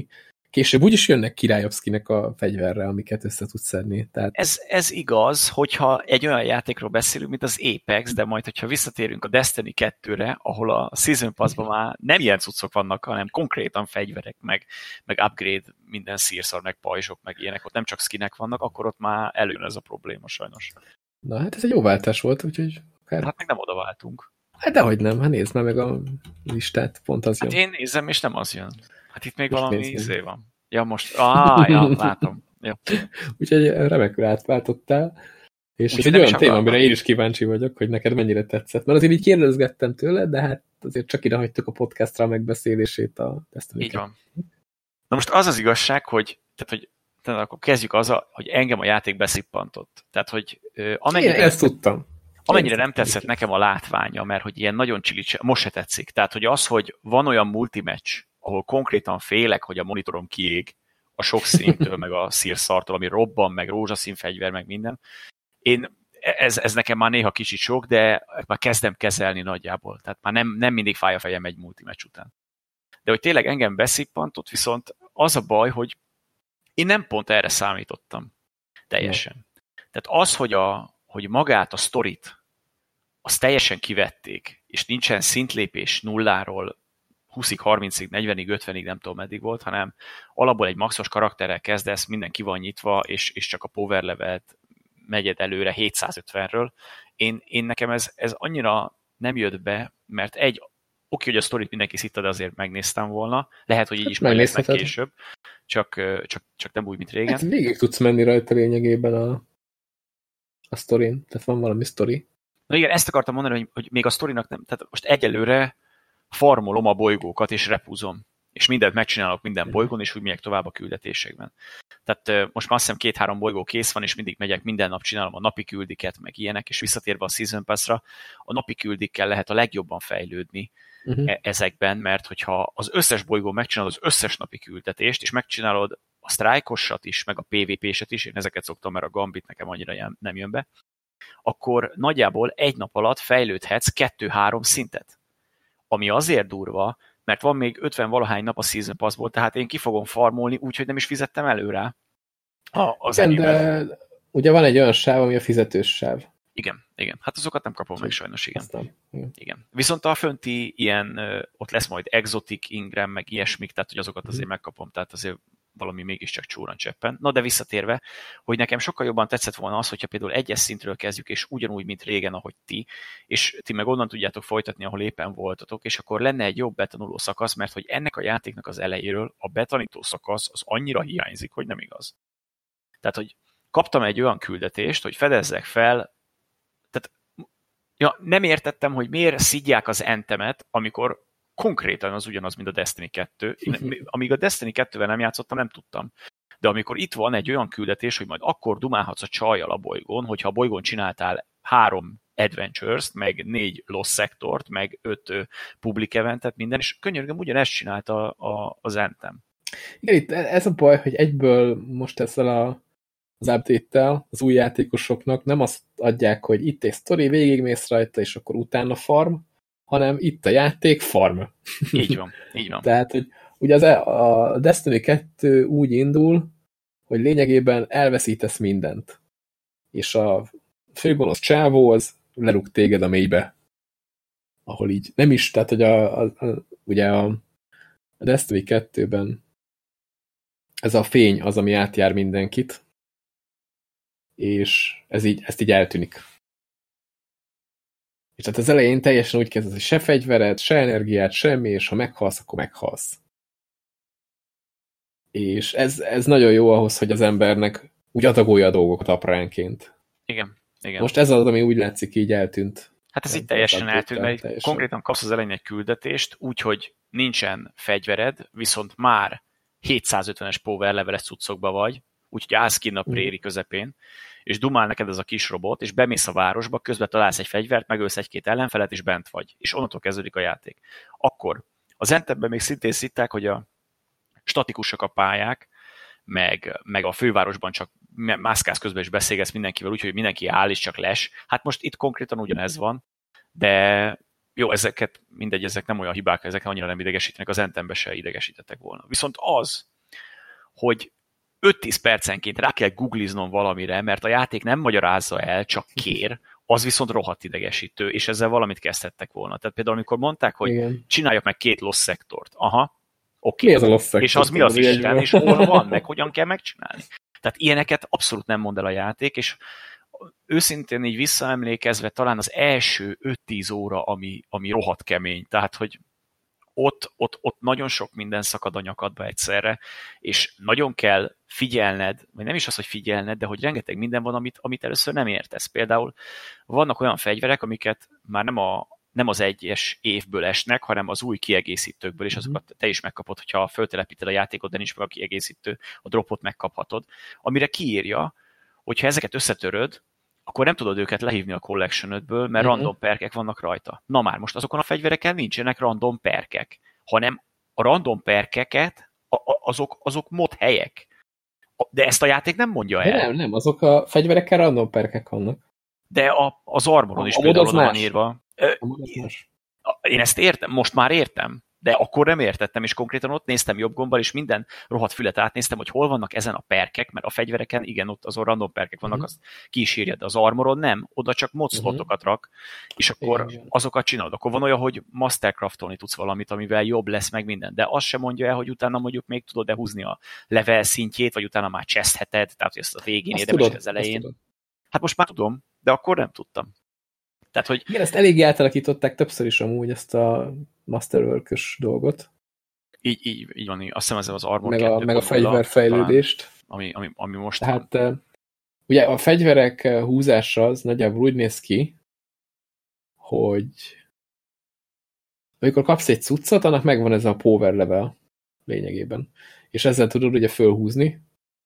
Később úgyis jönnek királyabb skinek a fegyverre, amiket össze tudsz szedni. Tehát... Ez, ez igaz, hogyha egy olyan játékról beszélünk, mint az Apex, de majd, hogyha visszatérünk a Destiny kettőre, ahol a Season Pass-ban már nem ilyen cuccok vannak, hanem konkrétan fegyverek, meg, meg upgrade, minden szírszar, meg pajzsok, meg ilyenek, ott nem csak skinek vannak, akkor ott már előjön ez a probléma sajnos. Na hát ez egy jó váltás volt, úgyhogy... Akár... Hát meg nem oda váltunk. Hát dehogy nem, hát nézd már meg a listát, pont az jön. Hát én nézem, és nem az jön. Hát itt még most valami izé van. Ja, most, ah, ja, látom. Ja. Úgyhogy remekül átváltottál, és Úgy, ez egy olyan téma, amire én is kíváncsi vagyok, hogy neked mennyire tetszett. Mert azért így kérdezgettem tőle, de hát azért csak ide hagytuk a podcastra a megbeszélését a Destiny. Így van. Na most az az igazság, hogy, tehát, hogy tehát akkor kezdjük azzal, hogy engem a játék beszippantott. Tehát, hogy amennyire... Én ezt tudtam. Amennyire nem tetszett nekem a látványa, mert hogy ilyen nagyon csilicse, most se tetszik. Tehát, hogy az, hogy van olyan multimatch, ahol konkrétan félek, hogy a monitorom kiég a sok színtől, meg a szírszartól, ami robban, meg rózsaszín fegyver, meg minden. Én, ez, ez nekem már néha kicsit sok, de már kezdem kezelni nagyjából. Tehát már nem, nem mindig fáj a fejem egy multimatch után. De hogy tényleg engem beszippantott, viszont az a baj, hogy én nem pont erre számítottam. Teljesen. Ne. Tehát az, hogy, a, hogy magát a sztorit azt teljesen kivették, és nincsen szintlépés nulláról húszig, harmincig, negyvenig, ötvenig, nem tudom meddig volt, hanem alapból egy maxos karakterrel kezdesz, minden ki van nyitva, és, és csak a power levelt megyed előre hétszázötvenről. Én, én nekem ez, ez annyira nem jött be, mert egy, oké, hogy a sztorit mindenki szitta, de azért megnéztem volna. Lehet, hogy így is majd lesz meg később, csak, csak, csak nem úgy, mint régen. Hát végig tudsz menni rajta lényegében a, a sztorin, tehát van valami sztori. Na igen, ezt akartam mondani, hogy, hogy még a sztorinak nem, tehát most egyelőre farmolom a bolygókat, és repúzom. És mindent megcsinálok minden bolygón, és úgy megyek tovább a küldetésekben. Tehát most már azt hiszem két-három bolygó kész van, és mindig megyek, minden nap csinálom a napi küldiket, meg ilyenek, és visszatérve a Season Pass-ra, a napi küldikkel lehet a legjobban fejlődni uh-huh. ezekben, mert hogyha az összes bolygón megcsinálod az összes napi küldetést, és megcsinálod a sztrájkosat is, meg a pé vé pé-set is, én ezeket szoktam, mert a Gambit nekem annyira nem jön be, akkor nagyjából egy nap alatt fejlődhetsz kettő-három szintet. Ami azért durva, mert van még ötven-valahány nap a Season Passból, tehát én ki fogom farmolni, úgyhogy nem is fizettem előre. Az igen, de ugye van egy olyan sáv, ami a fizetős sáv. Igen, igen. Hát azokat nem kapom meg sajnos, igen. Aztán, igen. igen. Viszont a fönti ilyen, ott lesz majd Exotic, Ingram, meg ilyesmik, tehát hogy azokat azért megkapom, tehát azért valami mégiscsak csúran cseppen. Na de visszatérve, hogy nekem sokkal jobban tetszett volna az, hogyha például egyes szintről kezdjük, és ugyanúgy, mint régen, ahogy ti, és ti meg onnan tudjátok folytatni, ahol éppen voltatok, és akkor lenne egy jobb betanuló szakasz, mert hogy ennek a játéknak az elejéről a betanító szakasz az annyira hiányzik, hogy nem igaz. Tehát, hogy kaptam egy olyan küldetést, hogy fedezzek fel, tehát ja, nem értettem, hogy miért szidják az Anthemet, amikor konkrétan az ugyanaz, mint a Destiny kettő. Én, amíg a Destiny kettővel nem játszottam, nem tudtam. De amikor itt van egy olyan küldetés, hogy majd akkor dumálhatsz a csajjal a bolygón, hogyha a bolygón csináltál három adventures-t, meg négy lost szektort, meg öt uh, public eventet, minden, és könyörgöm, ugyanezt csinálta a, a, az Anthem. Igen, itt ez a baj, hogy egyből most ezzel a, az update-tel az új játékosoknak nem azt adják, hogy itt egy sztori, végigmész rajta, és akkor utána farm, hanem itt a játék farm. Így van, így van. Tehát, hogy ugye az, a Destiny kettő úgy indul, hogy lényegében elveszítesz mindent. És a főgonosz csávó az lerúg téged a mélybe. Ahol így nem is, tehát, hogy a, a, a, ugye a, a Destiny kettőben ez a fény az, ami átjár mindenkit, és ez így, ezt így eltűnik. És tehát az elején teljesen úgy kezdesz, hogy se fegyvered, se energiát, semmi, és ha meghalsz, akkor meghalsz. És ez, ez nagyon jó ahhoz, hogy az embernek úgy adagolja a dolgokat apránként. Igen, igen. Most ez az, ami úgy látszik, így eltűnt. Hát ez itt teljesen eltűnt, mert teljesen. Konkrétan kapsz az elején egy küldetést, úgyhogy nincsen fegyvered, viszont már hétszázötvenes power leveles cuccokba vagy, úgyhogy állsz kinn a préri közepén, és dumál neked ez a kis robot, és bemész a városba, közben találsz egy fegyvert, megölsz egy-két ellenfelet, és bent vagy. És onnantól kezdődik a játék. Akkor az Anthemben még szintén szitták, hogy a statikusak a pályák, meg, meg a fővárosban csak mászkálsz közben, és beszélgetsz mindenkivel, úgyhogy mindenki áll, és csak les. Hát most itt konkrétan ugyanez van, de jó, ezeket, mindegy, ezek nem olyan hibák, ezek annyira nem idegesítenek, az Anthembe se idegesítettek volna. Viszont az, hogy öt-tíz percenként rá kell googliznom valamire, mert a játék nem magyarázza el, csak kér, az viszont rohadt idegesítő, és ezzel valamit kezdhettek volna. Tehát például, amikor mondták, hogy igen, csináljak meg két loss szektort. Aha, oké. Mi az a loss szektor? És az mi az Isten, és hol van, meg hogyan kell megcsinálni. Tehát ilyeneket abszolút nem mond el a játék, és őszintén így visszaemlékezve talán az első öt-tíz óra, ami, ami rohadt kemény. Tehát, hogy ott, ott, ott nagyon sok minden szakad a nyakadba egyszerre, és nagyon kell figyelned, vagy nem is az, hogy figyelned, de hogy rengeteg minden van, amit, amit először nem értesz. Például vannak olyan fegyverek, amiket már nem, a, nem az egyes évből esnek, hanem az új kiegészítőkből, és azokat te is megkapod, hogyha föltelepíted a játékot, de nincs meg a kiegészítő, a dropot megkaphatod, amire kiírja, hogyha ezeket összetöröd, akkor nem tudod őket lehívni a collectionödből, mert uh-huh. random perkek vannak rajta. Na már, most azokon a fegyvereken nincsenek random perkek, hanem a random perkeket, a, a, azok, azok mod helyek. De ezt a játék nem mondja el. De nem, nem, azok a fegyverekkel random perkek vannak. De a, az armoron is a például oda van írva. Én ezt értem, most már értem. De akkor nem értettem, és konkrétan ott néztem jobb gombbal, és minden rohadt fület átnéztem, hogy hol vannak ezen a perkek, mert a fegyvereken, igen, ott azon random perkek vannak, uh-huh. azt ki is írja, de az armoron nem, oda csak mod slotokat uh-huh. rak, és akkor igen, azokat csinálod. Akkor van olyan, hogy mastercraftolni tudsz valamit, amivel jobb lesz meg minden, de azt sem mondja el, hogy utána mondjuk még tudod-e húzni a level szintjét, vagy utána már cseszheted, tehát hogy ezt a végén azt érdemes tudod, az elején. Hát most már tudom, de akkor nem tudtam. Tehát, hogy... Igen, ezt eléggé átalakították többször is amúgy, ezt a Masterwork-ös dolgot. Így, így, így van, azt hiszem ez az Armor meg a, meg a fegyverfejlődést. Talán, ami, ami, ami most Tehát van. Ugye a fegyverek húzása az nagyjából úgy néz ki, hogy amikor kapsz egy cuccot, annak megvan ez a power level lényegében. És ezzel tudod ugye fölhúzni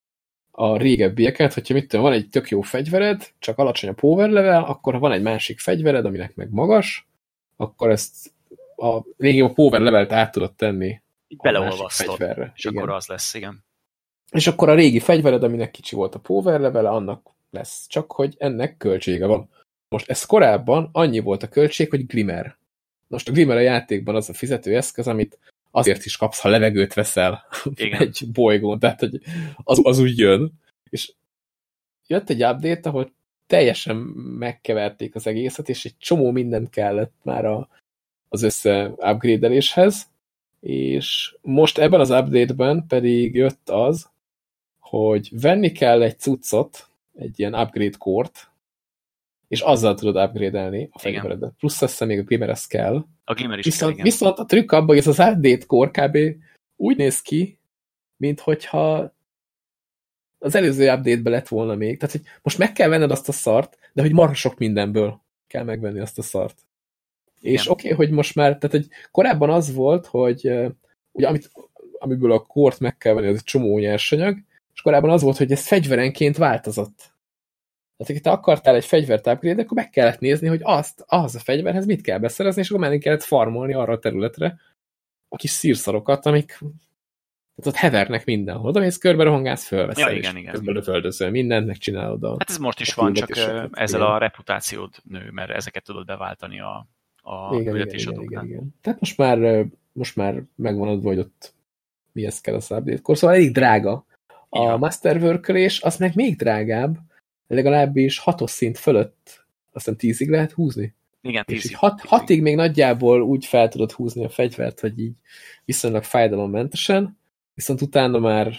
a régebbieket, hogyha mit tudom, van egy tök jó fegyvered, csak alacsony a power level, akkor ha van egy másik fegyvered, aminek meg magas, akkor ezt a régi a power levelt át tudod tenni így beleolvasztod, és igen. Akkor az lesz, igen. És akkor a régi fegyvered, aminek kicsi volt a power level, annak lesz. Csak hogy ennek költsége van. Most ez korábban annyi volt a költség, hogy Glimmer. Most a Glimmer a játékban az a fizetőeszköz, amit azért is kapsz, ha levegőt veszel igen. egy bolygón, tehát hogy az, az úgy jön. És jött egy update, ahol teljesen megkeverték az egészet, és egy csomó mindent kellett már a, az össze-upgrade-eléshez, és most ebben az update-ben pedig jött az, hogy venni kell egy cuccot, egy ilyen upgrade core-t, és azzal tudod upgrade-elni a fegyveredet. Plusz azt még a Glimmer ez kell. A Glimmer is viszont, kell, viszont a trükk abban, hogy ez az update core kb. Úgy néz ki, mint hogyha az előző update-be lett volna még. Tehát, hogy most meg kell venned azt a szart, de hogy marha sok mindenből kell megvenni azt a szart. Igen. És oké, okay, hogy most már, tehát hogy korábban az volt, hogy uh, ugye amit, amiből a kort meg kell venni, az egy csomó nyersanyag, és korábban az volt, hogy ez fegyverenként változott. Tehát, ha te akartál egy fegyvert upgrade, akkor meg kellett nézni, hogy azt, ahhoz a fegyverhez mit kell beszerezni, és akkor menni kellett farmolni arra a területre a kis szírszarokat, amik ott hevernek mindenhol. Oda mész körbe rohangálsz, fölveszel, ja, igen, és igen. közben lövöldözöl mindent, megcsinálod a... Hát ez most is van, csak ezzel igen. a reputációd nő, mert ezeket tudod beváltani a, a küldetésadóknál. Tehát most már, most már megvan adva, hogy ott mihez kell az update-kor, szóval elég drága. A ja. Masterwork-ölés az meg még drágább, legalábbis hatos szint fölött, aztán tízig lehet húzni. Igen, tízig. Hat, hatig még nagyjából úgy fel tudod húzni a fegyvert, hogy így viszonylag fájdalommentesen, viszont utána már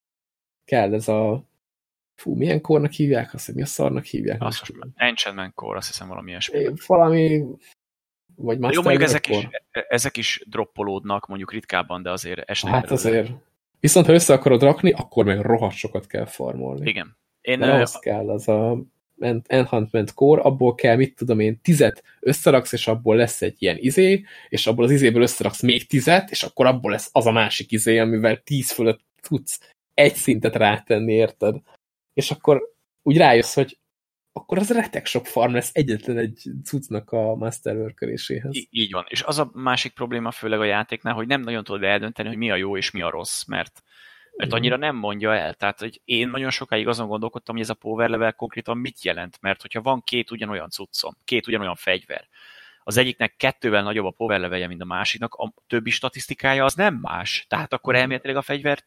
kell ez a fú, milyen kornak hívják azt, hogy mi a szarnak hívják? Azt Enchantment Core, azt hiszem valami ilyesmi. Valami vagy Master Jó, mondjuk ezek is, ezek is droppolódnak, mondjuk ritkábban, de azért esetleg. Hát azért. Viszont ha össze akarod rakni, akkor meg rohadt sokat kell farmolni. Igen. Én de az kell, az a Enhancement Core, abból kell, mit tudom én, tizet összeraksz, és abból lesz egy ilyen izé, és abból az izéből összeraksz még tizet, és akkor abból lesz az a másik izé, amivel tíz fölött tudsz egy szintet rátenni, érted? És akkor úgy rájössz, hogy akkor az retek sok farm lesz egyetlen egy cuccnak a masterwork-öléséhez. Í- így van. És az a másik probléma főleg a játéknál, hogy nem nagyon tudod eldönteni, hogy mi a jó és mi a rossz, mert mert annyira nem mondja el. Tehát, hogy én nagyon sokáig azon gondolkodtam, hogy ez a power level konkrétan mit jelent, mert hogyha van két ugyanolyan cuccom, két ugyanolyan fegyver, az egyiknek kettővel nagyobb a power levelje, mint a másiknak, a többi statisztikája az nem más. Tehát akkor elméletileg a fegyver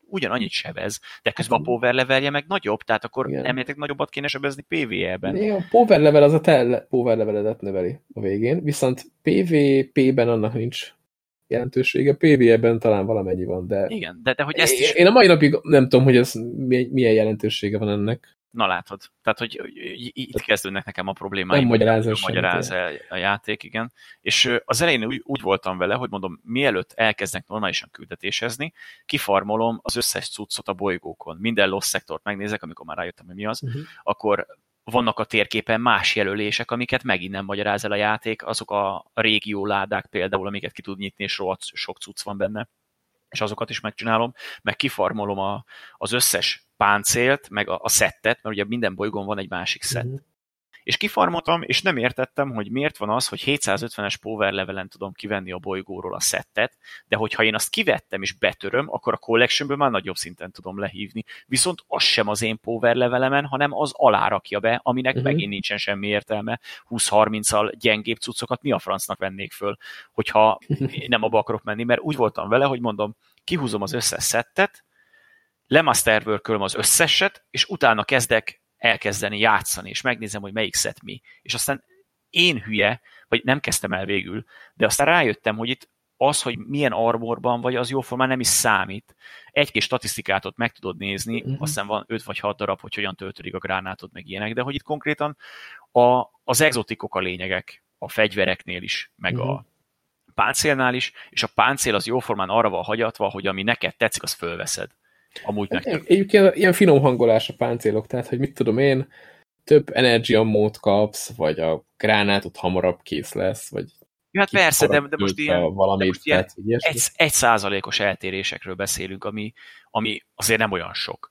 ugyanannyit sebez, de közben a power levelje meg nagyobb, tehát akkor igen. elméletek nagyobbat kéne sebezni pé vé é-ben. A power level az a te power leveledet növeli a végén, viszont pé vé pé-ben annak nincs jelentősége, pé vé é-ben talán valamennyi van, de... Igen, de, de hogy ezt is... Én a mai napig nem tudom, hogy ez milyen jelentősége van ennek. Na látod. Tehát, hogy itt kezdődnek nekem a problémáim. Nem magyarázza magyaráz a játék, igen. És az elején úgy, úgy voltam vele, hogy mondom, mielőtt elkezdnek normálisan küldetésezni, kifarmolom az összes cuccot a bolygókon. Minden lost szektort megnézek, amikor már rájöttem, hogy mi az, uh-huh. akkor vannak a térképen más jelölések, amiket megint nem magyaráz el a játék, azok a régió ládák például, amiket ki tud nyitni, és rohadt sok cucc van benne, és azokat is megcsinálom, meg kifarmolom a, az összes páncélt, meg a, a szettet, mert ugye minden bolygón van egy másik szett. Mm. És kifarmoltam, és nem értettem, hogy miért van az, hogy hétszázötvenes power levelen tudom kivenni a bolygóról a szettet, de hogyha én azt kivettem és betöröm, akkor a collectionből már nagyobb szinten tudom lehívni. Viszont az sem az én power levelemen, hanem az alá rakja be, aminek uh-huh. megint nincsen semmi értelme. húsz-harminccal gyengébb cuccokat mi a francnak vennék föl, hogyha nem abba akarok menni, mert úgy voltam vele, hogy mondom, kihúzom az összes szettet, lemasterworkölöm az összeset, és utána kezdek elkezdeni játszani, és megnézem, hogy melyik szett mi. És aztán én hülye, vagy nem kezdtem el végül, de aztán rájöttem, hogy itt az, hogy milyen armorban vagy, az jóformán nem is számít. Egy-két statisztikát ott meg tudod nézni, uh-huh. aztán van öt vagy hat darab, hogy hogyan töltődik a gránátod, meg ilyenek, de hogy itt konkrétan a, az exotikok a lényegek, a fegyvereknél is, meg uh-huh. a páncélnál is, és a páncél az jóformán arra van hagyatva, hogy ami neked tetszik, az fölveszed. Amúgy hát, egyébként ilyen finom hangolás a páncélok, tehát, hogy mit tudom én, több energy ammót kapsz, vagy a gránátod hamarabb kész lesz, vagy ja, hát persze, de, de most ilyen, valamit, de most ilyen tehát, egy, egy százalékos eltérésekről beszélünk, ami, ami azért nem olyan sok,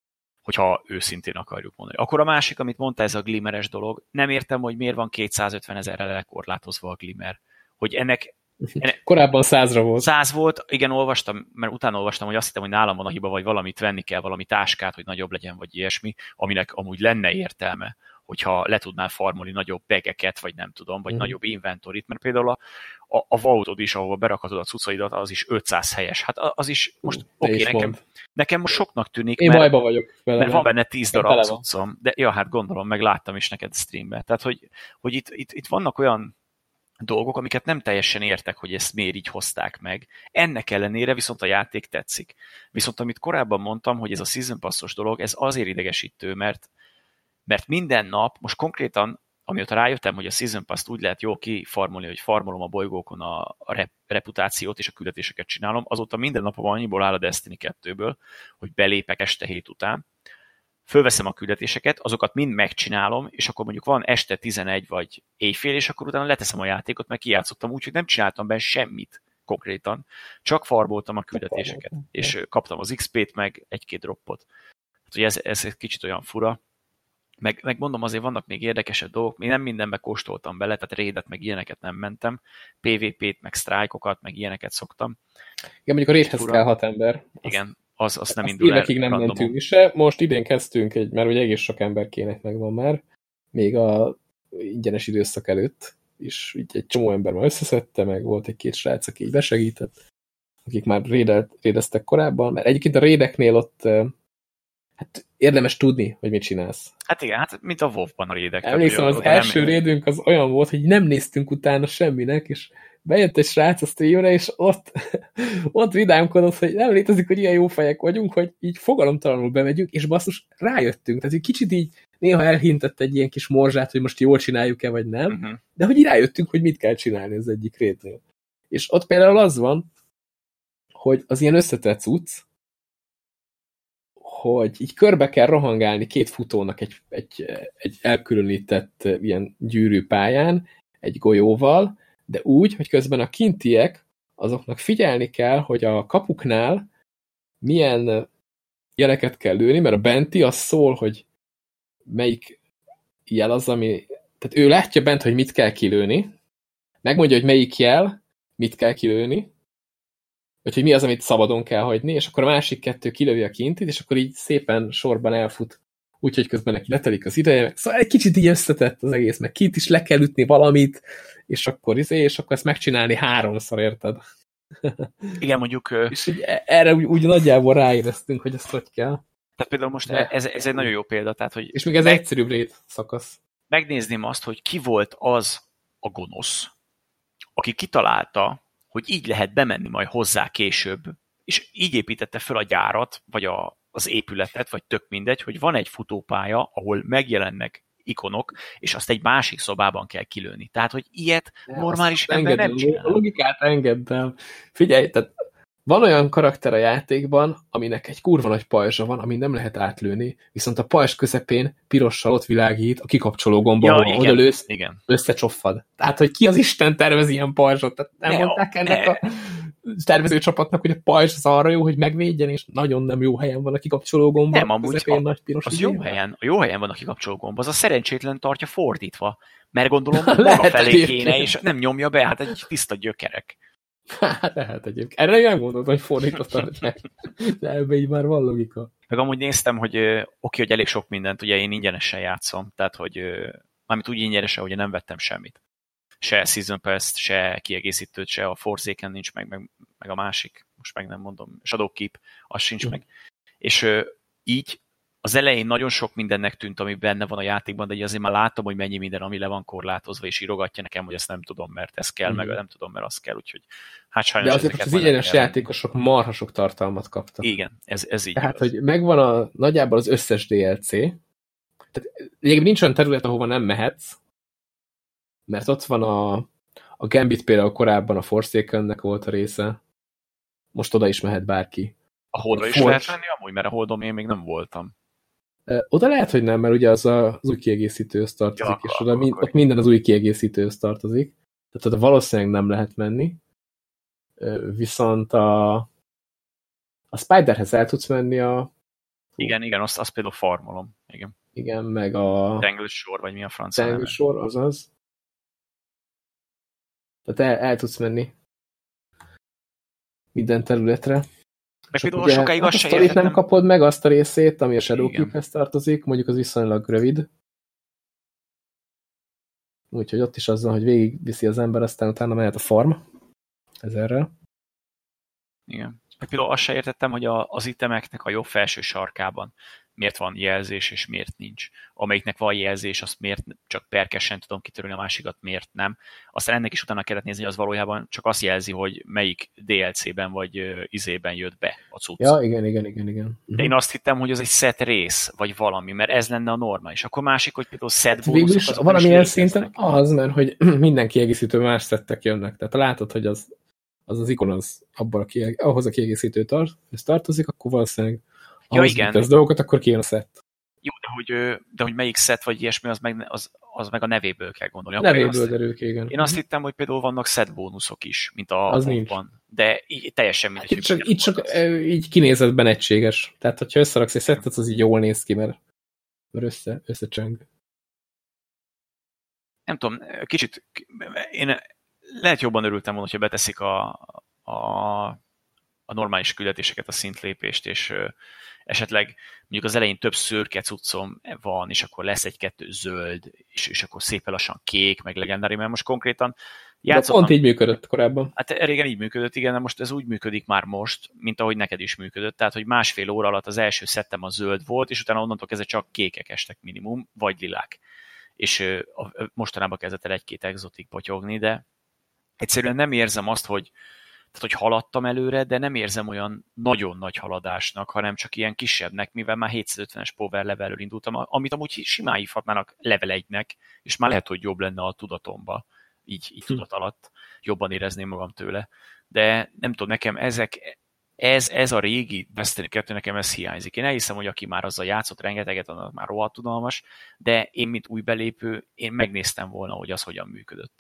hogyha őszintén akarjuk mondani. Akkor a másik, amit mondta, ez a glimmeres dolog, nem értem, hogy miért van kétszázötven ezerre lekorlátozva a glimmer. Hogy ennek Ennek korábban százra volt. Száz volt, igen, olvastam, mert utána olvastam, hogy azt hittem, hogy nálam van a hiba, vagy valamit venni kell, valami táskát, hogy nagyobb legyen, vagy ilyesmi, aminek amúgy lenne értelme, hogyha le tudnál farmolni nagyobb begeket, vagy nem tudom, vagy mm. nagyobb inventorit, mert például a, a, a vaultod is, ahol berakhatod a cuccaidat, az is ötszáz helyes. Hát az is most oké, okay, nekem, nekem most soknak tűnik, Én mert, bajba vagyok vele, mert van benne tíz darab cuccom, de ja, hát gondolom, meg láttam is neked streamben. Tehát, hogy, hogy itt, itt, itt vannak olyan dolgok, amiket nem teljesen értek, hogy ezt miért így hozták meg. Ennek ellenére viszont a játék tetszik. Viszont amit korábban mondtam, hogy ez a Season Passos dolog, ez azért idegesítő, mert, mert minden nap, most konkrétan, amióta rájöttem, hogy a Season Pass-t úgy lehet jól kifarmolni, hogy farmolom a bolygókon a, a rep, reputációt és a küldetéseket csinálom, azóta minden napom annyiból áll a Destiny kettőből, hogy belépek este hét után, fölveszem a küldetéseket, azokat mind megcsinálom, és akkor mondjuk van este tizenegy vagy éjfél, és akkor utána leteszem a játékot, meg kijátszottam úgy, hogy nem csináltam benne semmit konkrétan, csak farboltam a küldetéseket, és kaptam az iksz pét, meg egy-két droppot. Hát, hogy ez, ez egy kicsit olyan fura. Meg, meg mondom, azért vannak még érdekesebb dolgok, még nem mindenbe kóstoltam bele, tehát raidet, meg ilyeneket nem mentem, pé vé pét, meg strike-okat, meg ilyeneket szoktam. Igen, mondjuk a raidhez kell hat ember. Igen. Az, az nem azt indul el. Évekig nem randomon. Mentünk se. Most idén kezdtünk, egy, mert ugye egész sok ember kének megvan már, még a ingyenes időszak előtt is így egy csomó ember már összeszedte, meg volt egy-két srác, aki így besegített, akik már raideztek korábban, mert egyébként a raideknél ott hát érdemes tudni, hogy mit csinálsz. Hát igen, hát mint a WoW-ban a raidek. Emlékszem, az első raidünk az olyan volt, hogy nem néztünk utána semminek, és bejött egy srác a streamre, és ott, ott vidámkodott, hogy nem létezik, hogy ilyen jó fejek vagyunk, hogy így fogalomtalanul bemegyünk, és basszus, rájöttünk. Tehát egy kicsit így néha elhintett egy ilyen kis morzsát, hogy most jól csináljuk-e, vagy nem, uh-huh. de hogy így rájöttünk, hogy mit kell csinálni az egyik raidnél. És ott például az van, hogy az ilyen összetett cucc, hogy így körbe kell rohangálni két futónak egy, egy, egy elkülönített ilyen gyűrű pályán, egy golyóval, de úgy, hogy közben a kintiek azoknak figyelni kell, hogy a kapuknál milyen jeleket kell lőni, mert a benti az szól, hogy melyik jel az, ami... Tehát ő látja bent, hogy mit kell kilőni, megmondja, hogy melyik jel, mit kell kilőni, vagy hogy mi az, amit szabadon kell hagyni, és akkor a másik kettő kilövi a kintit, és akkor így szépen sorban elfut, úgyhogy közben neki letelik az ideje. Szóval egy kicsit így összetett az egész, meg kint is le kell ütni valamit, és akkor izé, és akkor ezt megcsinálni háromszor, érted? Igen, mondjuk... És így erre úgy, úgy nagyjából ráéreztünk, hogy ezt hogy kell. Tehát például most De, ez, ez egy nagyon jó példa. Tehát, hogy és még ez meg, egyszerűbb rét szakasz. Megnézném azt, hogy ki volt az a gonosz, aki kitalálta, hogy így lehet bemenni majd hozzá később, és így építette fel a gyárat, vagy a, az épületet, vagy tök mindegy, hogy van egy futópálya, ahol megjelennek ikonok, és azt egy másik szobában kell kilőni. Tehát, hogy ilyet ja, normális ember nem csinál. A logikát engedd el. Figyelj, tehát van olyan karakter a játékban, aminek egy kurva nagy pajzsa van, ami nem lehet átlőni, viszont a pajzs közepén pirossal ott világít, a kikapcsoló gomba, ja, oda lősz, igen. Összecsoffad. Tehát, hogy ki az Isten tervez ilyen pajzsot? Tehát nem ne, mondták ennek ne. a tervezőcsapatnak, hogy a pajzs az arra jó, hogy megvédjen, és nagyon nem jó helyen van a kikapcsoló gomba. Nem, amúgy a, nagy piros az jó helyen, a jó helyen van a kikapcsoló gomba, az a szerencsétlen tartja fordítva, mert gondolom maga felé kéne, és nem nyomja be, hát egy tiszta gyökerek. Hát lehet egyébként. Erre nem gondoltam, hogy fordítva tartják. De ebben így már van logika. Meg amúgy néztem, hogy oké, okay, hogy elég sok mindent, ugye én ingyenesen játszom, tehát hogy mármint úgy ingyenesen, hogy nem vettem semmit. Se Season Pass-t, se kiegészítőt, se a Forsaken nincs meg, meg, meg a másik, most meg nem mondom, Shadowkeep, az sincs mm. meg. És így az elején nagyon sok mindennek tűnt, ami benne van a játékban, de így azért már látom, hogy mennyi minden, ami le van korlátozva, és írogatja nekem, hogy ezt nem tudom, mert ez kell, mm. meg nem tudom, mert az kell, úgyhogy hát sajnos... De azért az ingyenes játékosok marha sok tartalmat kaptak. Igen, ez, ez így. Tehát, igaz. Hogy megvan a, nagyjából az összes dé el cé, tehát egyébként nincs olyan terület, ahova nem mehetsz, mert ott van a, a Gambit például korábban a Forsakennek volt a része, most oda is mehet bárki. A Holdra is Forge... lehet menni amúgy, mert a Holdon én még nem voltam. Oda lehet, hogy nem, mert ugye az a, az új kiegészítőhöz tartozik, ja, és oda min, ott minden az új kiegészítőhöz tartozik. Tehát oda valószínűleg nem lehet menni. Viszont a, a Spiderhez el tudsz menni a... Igen, igen, azt, azt például farmolom. Igen, igen, meg a... Tangle Shore, vagy mi a francia Tangle Shore, azaz. Tehát el, el tudsz menni minden területre. Meg például sokáig azt se értettem. Nem kapod meg azt a részét, ami a Shadowkeephez tartozik, mondjuk az viszonylag rövid. Úgyhogy ott is azzal, hogy végigviszi az ember, aztán utána mehet a farm ezerrel. Igen. Meg például azt se értettem, hogy a, az itemeknek a jobb felső sarkában miért van jelzés, és miért nincs. Amelyiknek van jelzés, azt miért csak perkesen tudom kitörölni, a másikat miért nem. Aztán ennek is utána kellett nézni, hogy az valójában csak azt jelzi, hogy melyik dé el cében vagy uh, izében jött be a cucc. Ja, igen, igen, igen, igen. De én azt hittem, hogy az egy set rész, vagy valami, mert ez lenne a norma. És akkor másik, hogy például set bónuszok, azok valamilyen szinten az, mert hogy minden kiegészítő más szettek jönnek. Tehát látod, hogy az az, az ikon az abban a kieg... ahhoz a kiegészítő tart, ez tartozik, akkor valószínűleg ja, igen. Az dolgokat, akkor kijön a szett. Jó, de hogy, de hogy melyik szett vagy ilyesmi, az meg, az, az meg a nevéből kell gondolni. Nevéből derül, igen. Én azt hittem, hogy például vannak szett bónuszok is, mint a WoW-ban. De így, teljesen mindegy. Hát itt csak, itt csak így kinézetben egységes. Tehát, hogyha összeraksz egy szettet, az így jól néz ki, mert, mert össze, összecseng. Nem tudom, kicsit én lehet jobban örültem volna, hogyha beteszik a, a, a normális küldetéseket, a szintlépést, és ö, esetleg mondjuk az elején több szürke cuccom van, és akkor lesz egy-kettő zöld, és, és akkor szépen lassan kék, meg legendári, mert most konkrétan játszottam. Pont így működött korábban. Hát régen így működött, igen, de most ez úgy működik már most, mint ahogy neked is működött. Tehát, hogy másfél óra alatt az első szettem a zöld volt, és utána onnantól kezdve csak kékek estek minimum, vagy lilák. És ö, a, mostanában kezdett el egy-két exotik potyogni, de egyszerűen nem érzem azt, hogy, tehát, hogy haladtam előre, de nem érzem olyan nagyon nagy haladásnak, hanem csak ilyen kisebbnek, mivel már hétszázötvenes power levelről indultam, amit amúgy simán hívhatnának level egynek, és már lehet, hogy jobb lenne a tudatomba, így, így hm. tudat alatt, jobban érezném magam tőle. De nem tudom, nekem ezek, ez, ez a régi Destiny kettő, nekem ez hiányzik. Én elhiszem, hogy aki már azzal játszott rengeteget, annak már rohadt tudalmas, de én, mint új belépő, én megnéztem volna, hogy az hogyan működött.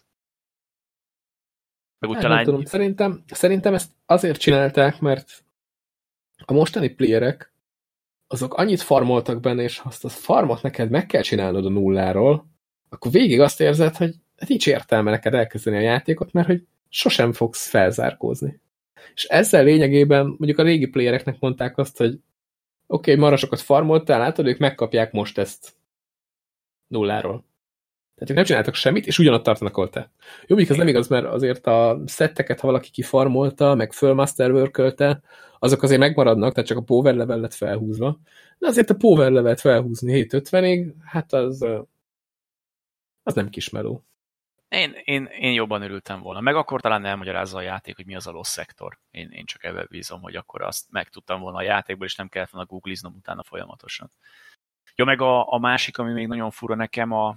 Hát, talán... tudom, szerintem, szerintem ezt azért csinálták, mert a mostani playerek azok annyit farmoltak benne, és ha azt a farmot neked meg kell csinálnod a nulláról, akkor végig azt érzed, hogy hát nincs értelme neked elkezdeni a játékot, mert hogy sosem fogsz felzárkózni. És ezzel lényegében mondjuk a régi playereknek mondták azt, hogy oké, okay, marha sokat farmoltál, látod, ők megkapják most ezt nulláról. Tehát ők nem csináltak semmit, és ugyanott tartanak, ahol te. Jó, mondjuk ez nem igaz, mert azért a szetteket, ha valaki kifarmolta, meg föl masterworkölte, azok azért megmaradnak, tehát csak a power level lett felhúzva. De azért a power levelet felhúzni hétszázötvenig, hát az, az nem kis meló. Én, én, én jobban örültem volna. Meg akkor talán elmagyarázza a játék, hogy mi az a loss szektor. Én, én csak ebben bízom, hogy akkor azt megtudtam volna a játékból, és nem kellett volna googliznom utána folyamatosan. Jó, meg a, a másik, ami még nagyon fura nekem, a,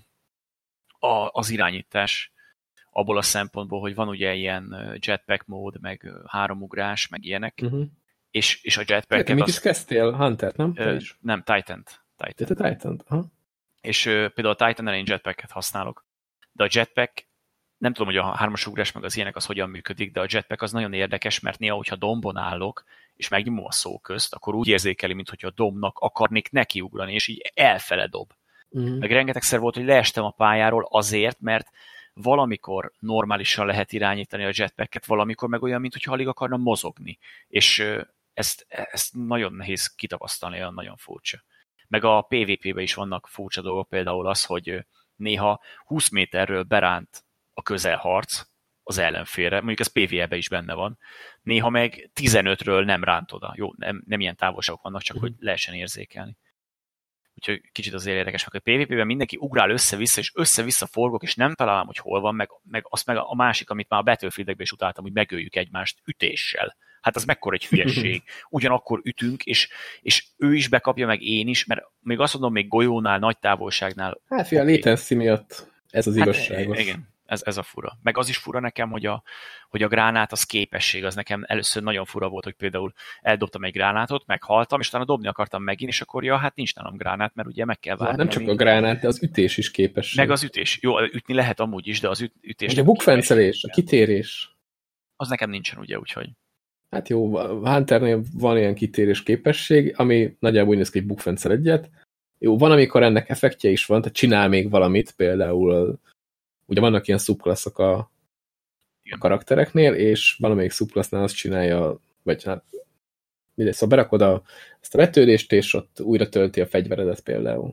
a, az irányítás. Abból a szempontból, hogy van ugye ilyen jetpack mód, meg háromugrás, meg ilyenek. Uh-huh. És, és a jetpacket... Te mit is kezdtél? Huntert, nem? Ö, nem, Titant. Titan. Te Titan. Aha. És ö, például a Titan elején jetpacket használok. De a jetpack, nem tudom, hogy a hármas ugrás meg az ilyenek az hogyan működik, de a jetpack az nagyon érdekes, mert néha, hogyha dombon állok, és megnyomom a szó közt, akkor úgy érzékeli, mintha a dombnak akarnék nekiugrani, és így elfele dob. Uh-huh. Meg rengetegszer volt, hogy leestem a pályáról azért, mert valamikor normálisan lehet irányítani a jetpacket, valamikor meg olyan, mintha alig akarna mozogni. És ezt, ezt nagyon nehéz kitapasztalni, olyan nagyon furcsa. Meg a pé vé pé-ben is vannak furcsa dolgok, például az, hogy néha húsz méterről beránt a közelharc az ellenfélre, mondjuk ez pé vé e-ben is benne van, néha meg tizenötről nem ránt oda. Jó, nem, nem ilyen távolságok vannak, csak hogy lehessen érzékelni. Úgyhogy kicsit azért érdekes, meg a pé vé pé-ben mindenki ugrál össze-vissza, és össze-vissza forgok, és nem találom, hogy hol van, meg, meg azt meg a másik, amit már a Battlefield-ekben is utáltam, hogy megöljük egymást ütéssel. Hát az mekkora egy hülyesség. Ugyanakkor ütünk, és, és ő is bekapja, meg én is, mert még azt mondom, még golyónál, nagy távolságnál... Hát fia, okay. Latency miatt ez az hát, igazságos. Igen, ez, ez a fura. Meg az is fura nekem, hogy a, hogy a gránát az képesség, az nekem először nagyon fura volt, hogy például eldobtam egy gránátot, meghaltam, és utána dobni akartam megint, és akkor ja, hát nincs nálam gránát, mert ugye meg kell várni. Nem csak a gránát, de az ütés is képesség. Meg az ütés. Jó, ütni lehet amúgy is, de az üt, ütés... A bukfencelés, a kitérés. Az nekem nincsen, ugye, úgyhogy... Hát jó, Hunternél van ilyen kitérés képesség, ami nagyjából úgy néz ki, hogy bukfencel egyet. Jó, van, amikor ennek effektje is van, tehát csinál még valamit, például ugye vannak ilyen szubklasszok a, a karaktereknél, és valamelyik szubklassznál azt csinálja, vagy hát mindegy, szóval berakod a, ezt a vetődést, és ott újra tölti a fegyveredet például.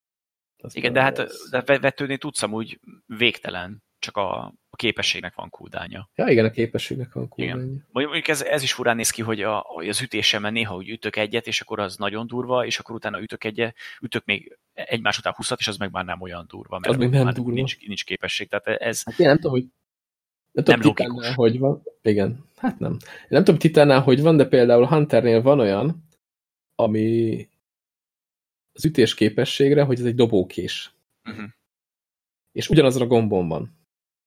Az igen, de hát de vetődni tudsz amúgy végtelen, csak a, a képességnek van cooldownja. Ja, igen, a képességnek van cooldownja. Mondjuk ez, ez is furán néz ki, hogy, a, hogy az ütésemben néha úgy ütök egyet, és akkor az nagyon durva, és akkor utána ütök egyet, ütök még egymás után húszat, és az meg már nem olyan durva, mert az még nem durva. Nincs, nincs képesség. Tehát ez hát én nem tudom, hogy nem, nem tudom, Titánnál hogy van. Igen, hát nem. Én nem tudom, Titánnál hogy van, de például Hunternél van olyan, ami az ütés képességre, hogy ez egy dobókés. Uh-huh. És ugyanazon a gombon van.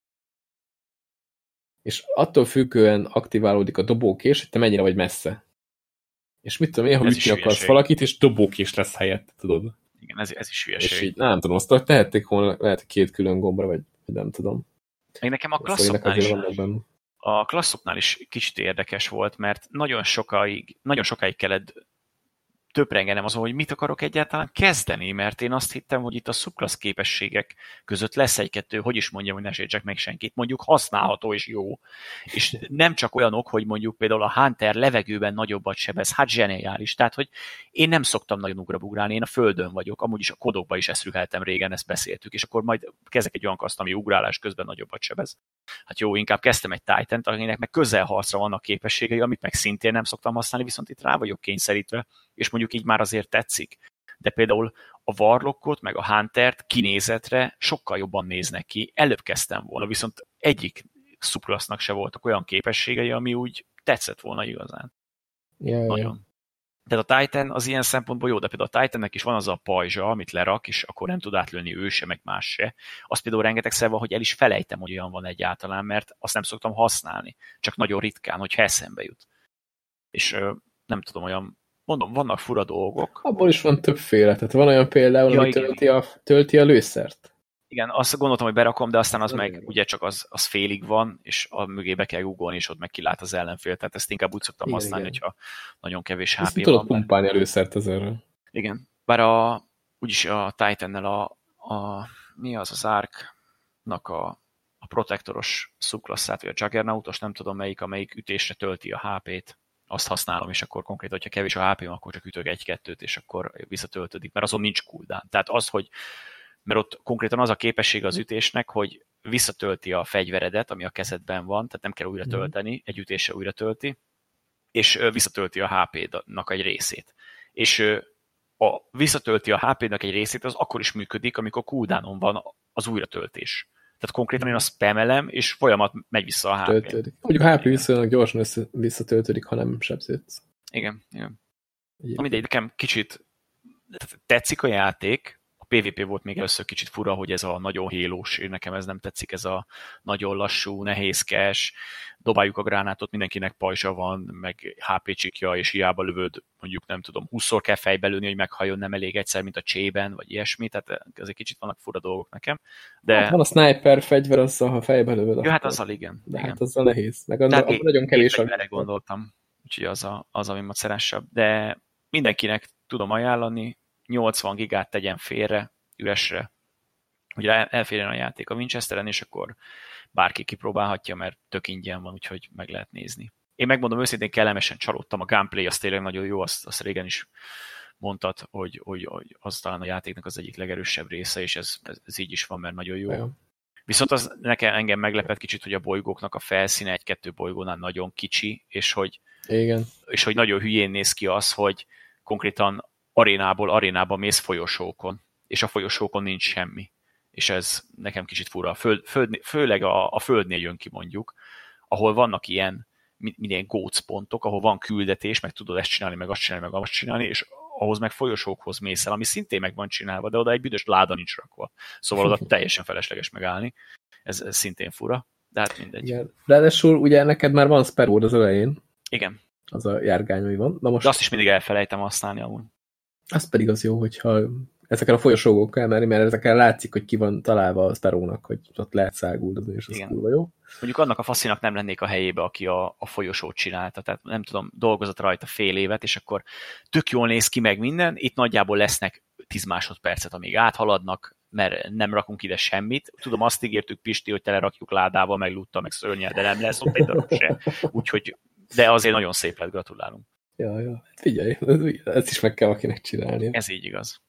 És attól függően aktiválódik a dobókés, hogy te mennyire vagy messze. És mit tudom én, ha ütni akarsz valakit, és dobókés lesz helyett, tudod? Igen, ez, ez is hülyeség. És így, nem tudom, azt tehették volna, lehet két külön gombra, vagy nem tudom. Még nekem a klasszoknál is, a klasszoknál is kicsit érdekes volt, mert nagyon sokáig, nagyon sokáig kellett töprengenem azon, hogy mit akarok egyáltalán kezdeni, mert én azt hittem, hogy itt a subclass képességek között lesz egy-kettő, hogy is mondjam, hogy ne sértsek meg senkit, mondjuk használható és jó. És nem csak olyanok, hogy mondjuk például a Hunter levegőben nagyobbat sebez, hát zseniális. Tehát, hogy én nem szoktam nagyon ugrabugrálni, én a földön vagyok, amúgy is a kodokba is ezt rüheltem régen, ezt beszéltük, és akkor majd kezdek egy olyan kaszt, ami ugrálás közben nagyobbat sebez. Hát jó, inkább kezdtem egy Titant, akinek meg közelharcra vannak képességei, amit meg szintén nem szoktam használni, viszont itt rá vagyok kényszerítve, és mondjuk így már azért tetszik. De például a Warlockot, meg a Huntert kinézetre sokkal jobban néznek ki. Előbb kezdtem volna, viszont egyik subclassnak se voltak olyan képességei, ami úgy tetszett volna igazán. Yeah, Nagyon. yeah. Tehát a Titan az ilyen szempontból jó, de például a Titannek is van az a pajzsa, amit lerak, és akkor nem tud átlőni ő se, meg más se. Azt például rengetegszer van, hogy el is felejtem, hogy olyan van egyáltalán, mert azt nem szoktam használni. Csak nagyon ritkán, hogyha eszembe jut. És nem tudom, olyan mondom, vannak fura dolgok. Abból is van többféle. Tehát van olyan például, ja, ami tölti a, tölti a lőszert. Igen, azt gondoltam, hogy berakom, de aztán az meg igen. Ugye csak az, az félig van, és a mögébe kell googolni, és ott meg kilát az ellenfél. Tehát ezt inkább úgy szoktam igen, használni, igen. Hogyha nagyon kevés há pé van. Tudod pumpálni a lőszert ezerről. Igen. Bár a, úgyis a Titannel a, a mi az az Ark-nak a, a protektoros subklasszát, vagy a Juggernautos, nem tudom melyik, amelyik ütésre tölti a há pét. Azt használom, és akkor konkrétan, hogyha kevés a há pém, akkor csak ütök egy-kettőt, és akkor visszatöltődik, mert azon nincs cooldown. Tehát az, hogy mert ott konkrétan az a képessége az ütésnek, hogy visszatölti a fegyveredet, ami a kezedben van, tehát nem kell újra tölteni, egy ütéssel újra tölti, és visszatölti a há pé-nak egy részét. És a visszatölti a há pé-nak egy részét, az akkor is működik, amikor cooldownon van az újratöltés. Tehát konkrétan én azt spamelem, és folyamat megy vissza a há pé. Töltődik. Mondjuk a há pé viszonylag gyorsan össze, visszatöltődik, ha nem sebződsz. Igen, igen. Na mindegy, nekem kicsit tetszik a játék, a pé vé pé volt még először kicsit fura, hogy ez a nagyon hélós, és nekem ez nem tetszik, ez a nagyon lassú, nehézkes, dobáljuk a gránátot, mindenkinek pajzsa van, meg há pé csikja, és hiába lövöd, mondjuk nem tudom, húszszor kell fejbe lőni, hogy meghajjon, nem elég egyszer, mint a csében, vagy ilyesmi, tehát ezek kicsit vannak fura dolgok nekem. De... Hát van a sniper fegyver, azzal, ha fejbe lövöd. Jó, hát azzal igen. De igen. hát azzal nehéz. Meg andal, hát nagyon kevés. Erre gondoltam, úgyhogy az, a, az ami macerásabb. De mindenkinek tudom ajánlani, nyolcvan gigát tegyen félre, üresre, hogy elférjen a játék a Winchesteren, és akkor bárki kipróbálhatja, mert tök ingyen van, úgyhogy meg lehet nézni. Én megmondom őszintén, kellemesen csalódtam, a gameplay az tényleg nagyon jó, azt, azt régen is mondtad, hogy, hogy, hogy az talán a játéknak az egyik legerősebb része, és ez, ez, ez így is van, mert nagyon jó. Olyan. Viszont az nekem engem meglepett kicsit, hogy a bolygóknak a felszíne egy-kettő bolygónál nagyon kicsi, és hogy, igen. és hogy nagyon hülyén néz ki az, hogy konkrétan arénából arénába mész folyosókon, és a folyosókon nincs semmi. És ez nekem kicsit fura. Föld, föld, főleg a, a földnél jön ki mondjuk, ahol vannak ilyen minden gócpontok, ahol van küldetés, meg tudod ezt csinálni, meg azt csinálni, meg azt csinálni, és ahhoz meg folyosókhoz mész el, ami szintén meg van csinálva, de oda egy büdös láda nincs rakva. Szóval oda teljesen felesleges megállni. Ez, ez szintén fura, de hát mindegy. Igen. Ráadásul ugye neked már van Sparrowd az elején. Igen. Az a járgány, ami van. Na most... De azt is mindig elfelejtem használni amúgy. Az pedig az jó, hogyha ezeken a folyosókon kell menni, mert ezeken látszik, hogy ki van találva a Sparrownak, hogy ott lehet száguldozni, és az kurva jó. Mondjuk annak a faszinak nem lennék a helyébe, aki a, a folyosót csinálta, tehát nem tudom, dolgozott rajta fél évet, és akkor tök jól néz ki meg minden, itt nagyjából lesznek tíz másodpercet, amíg áthaladnak, mert nem rakunk ide semmit. Tudom, azt ígértük Pisti, hogy telerakjuk ládával, meg lúttal, meg szörnyel, de nem lesz ott egy darab se. Úgyhogy, de azért nagyon szép lett, gratulálunk. Ja, ja. Figyelj, ezt is meg kell akinek csinálni. Ez így igaz.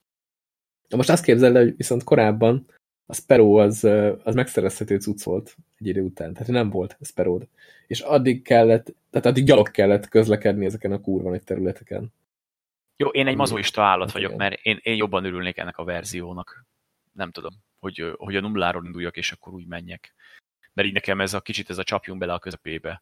Na most azt képzeld el, hogy viszont korábban a Sparrow az, az megszerezhető cucc volt egy idő után, tehát nem volt Sparrowd. És addig kellett, tehát addig gyalog kellett közlekedni ezeken a kurva nagy területeken. Jó, én egy mazoista állat vagyok, mert én, én jobban örülnék ennek a verziónak. Nem tudom, hogy, hogy a nulláról induljak, és akkor úgy menjek. Mert így nekem ez a kicsit ez a csapjunk bele a közepébe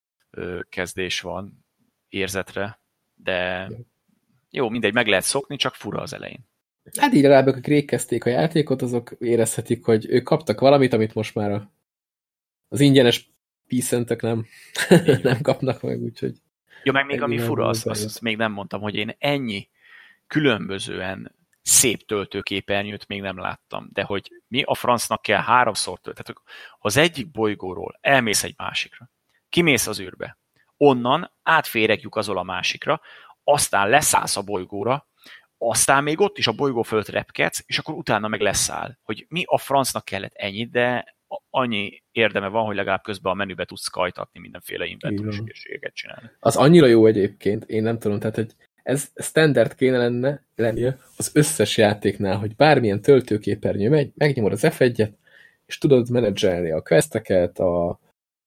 kezdés van érzetre, de jó, mindegy, meg lehet szokni, csak fura az elején. Hát így legalább, akik rég kezdték a játékot, azok érezhetik, hogy ők kaptak valamit, amit most már a, az ingyenes píszentek nem, nem kapnak meg, úgyhogy... Jó, meg még ami fura, azt, azt még nem mondtam, hogy én ennyi különbözően szép töltőképernyőt még nem láttam, de hogy mi a francnak kell háromszor tölteni. Tehát az egyik bolygóról elmész egy másikra, kimész az űrbe, onnan átféregjük azol a másikra, aztán leszállsz a bolygóra, aztán még ott is a bolygó fölött repkedsz, és akkor utána meg leszáll. Hogy mi a francnak kellett ennyit, de annyi érdeme van, hogy legalább közben a menübe tudsz kajtatni, mindenféle inventoris hülyeségeket csinálni. Az annyira jó egyébként, én nem tudom, tehát hogy ez standard kéne lenne lennie az összes játéknál, hogy bármilyen töltőképernyő megy, megnyomod az ef egyet, és tudod menedzselni a questeket, a,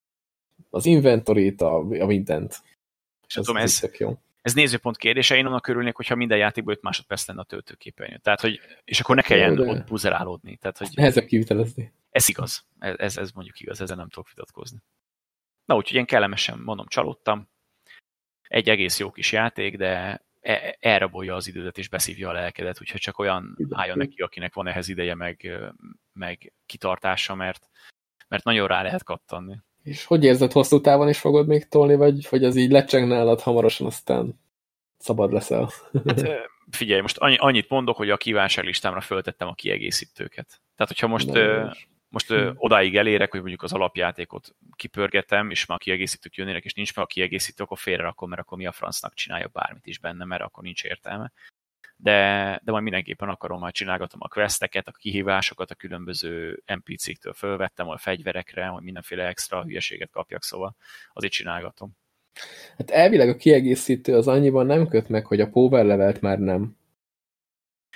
az inventorit, a, a mindent. És tudom, ez, jó. Ez nézőpont kérdése, én annak örülnék, hogyha minden játékból öt másodperc lenne a töltőképernyő. Tehát, hogy, és akkor ne kelljen de... ott buzerálódni. Tehát, hogy nehezebb kivitelezni. Ez igaz. Ez, ez mondjuk igaz, ezzel nem tudok vitatkozni. Na, úgyhogy én kellemesen, mondom, csalódtam. Egy egész jó kis játék, de elrabolja az idődet és beszívja a lelkedet, úgyhogy csak olyan álljon neki, akinek van ehhez ideje, meg, meg kitartása, mert, mert nagyon rá lehet kattanni. És hogy érzed, hosszú távon is fogod még tolni, vagy hogy az így lecseng nálad hamarosan, aztán szabad leszel? Hát, figyelj, most annyit mondok, hogy a kívánságlistámra föltettem a kiegészítőket. Tehát, hogyha most, ö, most ö, odáig elérek, hogy mondjuk az alapjátékot kipörgetem, és már a kiegészítők jönnének, és nincs meg a kiegészítő, akkor félrerakom, mert akkor mi a francnak csinálja bármit is benne, mert akkor nincs értelme. De, de majd mindenképpen akarom, majd csinálgatom a questeket, a kihívásokat, a különböző en pé cé-któl fölvettem, a fegyverekre, hogy mindenféle extra hülyeséget kapjak, szóval azért csinálgatom. Hát elvileg a kiegészítő az annyiban nem köt meg, hogy a power levelt már nem.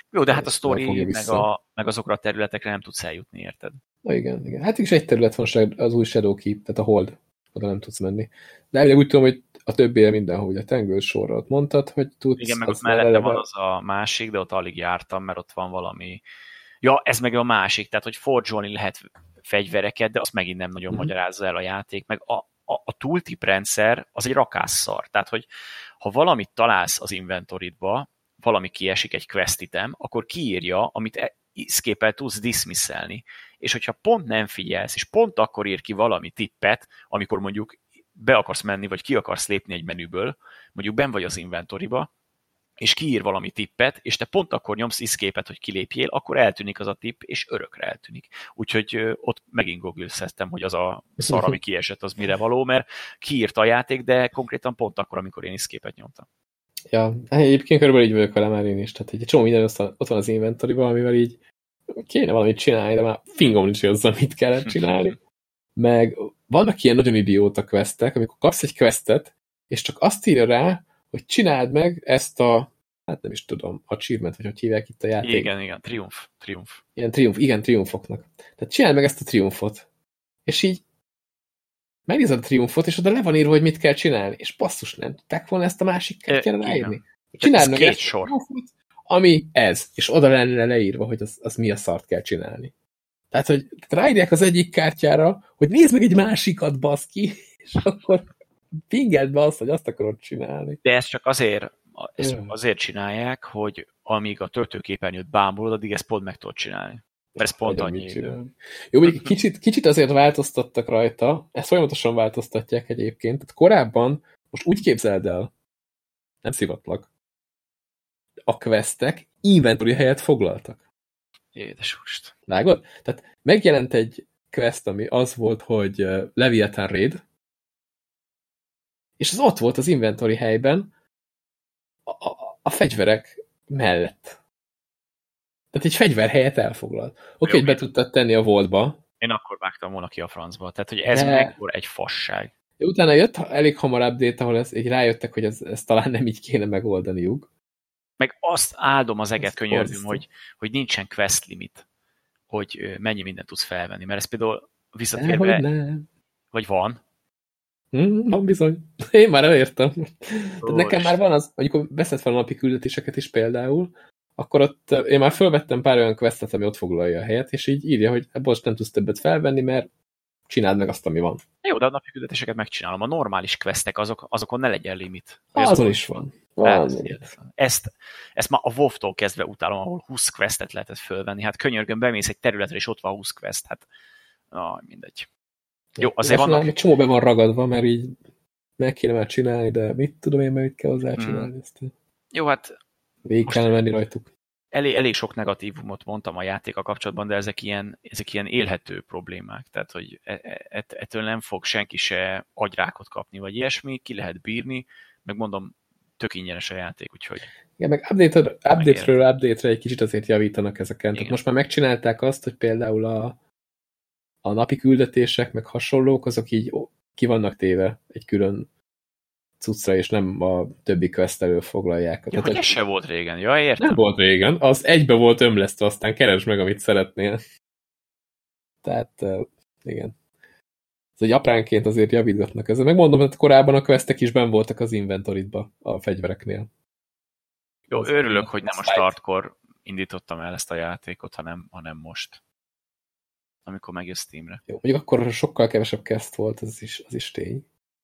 Jó, de hát a sztori meg, a, meg azokra a területekre nem tudsz eljutni, érted? Na igen, igen. Hát is egy terület van az új Shadowkeep, tehát a Hold. Oda nem tudsz menni. De elvileg úgy tudom, hogy a többére mindenhol, ugye a Tangle sorra ott mondtad, hogy tudsz. Igen, meg ott mellette eleve... van az a másik, de ott alig jártam, mert ott van valami... Ja, ez meg a másik, tehát hogy forge-olni lehet fegyvereket, de azt megint nem nagyon uh-huh. magyarázza el a játék, meg a, a, a tooltip rendszer az egy rakásszar. Tehát, hogy ha valamit találsz az inventoridba, valami kiesik, egy quest item, akkor kiírja, amit escape-el tudsz dismisselni. És hogyha pont nem figyelsz, és pont akkor ír ki valami tippet, amikor mondjuk be akarsz menni, vagy ki akarsz lépni egy menüből, mondjuk benn vagy az inventoriba, és kiír valami tippet, és te pont akkor nyomsz escape-et, hogy kilépjél, akkor eltűnik az a tipp, és örökre eltűnik. Úgyhogy ott megint googliztem, hogy az a szar, ami kiesett, az mire való, mert kiírta a játék, de konkrétan pont akkor, amikor én escape-et nyomtam. Ja, egyébként körülbelül így vagyok vele már én is. Tehát egy csomó minden ott van az inventoriban, amivel így kéne valamit csinálni, de már fingom nincs, hogy azzal mit kellett csinálni. Meg vannak ilyen nagyon idióta questek, amikor kapsz egy questet, és csak azt írja rá, hogy csináld meg ezt a, hát nem is tudom, achievement, vagy hogy hívják itt a játék. Igen, igen, triumf, triumf. Ilyen triumf, igen, triumfoknak. Tehát csináld meg ezt a triumfot. És így megnézed a triumfot, és oda le van írva, hogy mit kell csinálni. És basszus, nem tudták volna ezt a másik kellene ráírni. Csináld meg ezt a triumfot, ami ez. És oda lenne leírva, hogy az, az mi a szart kell csinálni. Tehát, hogy ráírják az egyik kártyára, hogy nézd meg egy másikat, baszki, és akkor pingeld be azt, hogy azt akarod csinálni. De ezt csak azért, ezt ja. azért csinálják, hogy amíg a töltőképernyőt bámulod, addig ezt pont meg tudod csinálni. Mert ez pont annyi idő. Jó, mondjuk kicsit, kicsit azért változtattak rajta, ezt folyamatosan változtatják egyébként. Tehát korábban, most úgy képzeld el, nem szivatlak, a questek inventory helyet foglaltak. Édes úrist. Vágod? Tehát megjelent egy quest, ami az volt, hogy Leviathan Raid, és az ott volt az inventory helyben a, a, a fegyverek mellett. Tehát egy fegyverhelyet elfoglalt. Oké, okay, hogy be tudtad tenni a Vaultba. Én akkor vágtam volna ki a francba. Tehát, hogy ez de... mekkora egy fasság. De utána jött elég hamar update, ahol ez, így rájöttek, hogy ez, ez talán nem így kéne megoldaniuk. Meg azt áldom az eget könyörgöm, hogy, hogy nincsen quest limit, hogy mennyi mindent tudsz felvenni. Mert ez például visszatérve... Nem. Vagy van? Hmm, van bizony. Én már elértem. Tehát nekem már van az, amikor veszed fel a napi küldetéseket is például, akkor ott én már felvettem pár olyan questet, ami ott foglalja a helyet, és így írja, hogy most nem tudsz többet felvenni, mert csináld meg azt, ami van. Jó, de a napi küldetéseket megcsinálom. A normális questek, azok, azokon ne legyen limit. Azon is van. van. Ezt, ezt már a WoW-tól kezdve utálom, ahol húsz questet lehetett fölvenni. Hát könyörgöm, bemész egy területre, és ott van húsz quest. Hát, ah, mindegy. Jó, azért vannak... Egy csomó be van ragadva, mert így meg kéne már csinálni, de mit tudom én, mert mit kell hozzá csinálni. Hmm. Ezt. Jó, hát... Végig kellene menni rajtuk. Elég, elég sok negatívumot mondtam a játékkal kapcsolatban, de ezek ilyen, ezek ilyen élhető problémák. Tehát, hogy ettől nem fog senki se agyrákot kapni, vagy ilyesmi, ki lehet bírni, meg mondom, tök ingyenes a játék, úgyhogy... Igen, meg update-ről update-re egy kicsit azért javítanak ezeken. Tehát most már megcsinálták azt, hogy például a, a napi küldetések, meg hasonlók, azok így ki vannak téve egy külön cuccra, és nem a többi quest elől foglalják. Ja, hogy ez se volt régen, ja, értem. Nem volt régen, az egybe volt ömlesztve, aztán keresd meg, amit szeretnél. Tehát, igen. Ez egy apránként azért javítgatnak ezzel. Megmondom, hogy korábban a questek is benn voltak az inventoridba, a fegyvereknél. Jó, az örülök, hogy nem a startkor indítottam el ezt a játékot, hanem, hanem most. Amikor megjött Steamre. Jó, mondjuk akkor sokkal kevesebb quest volt, az is, az is tény.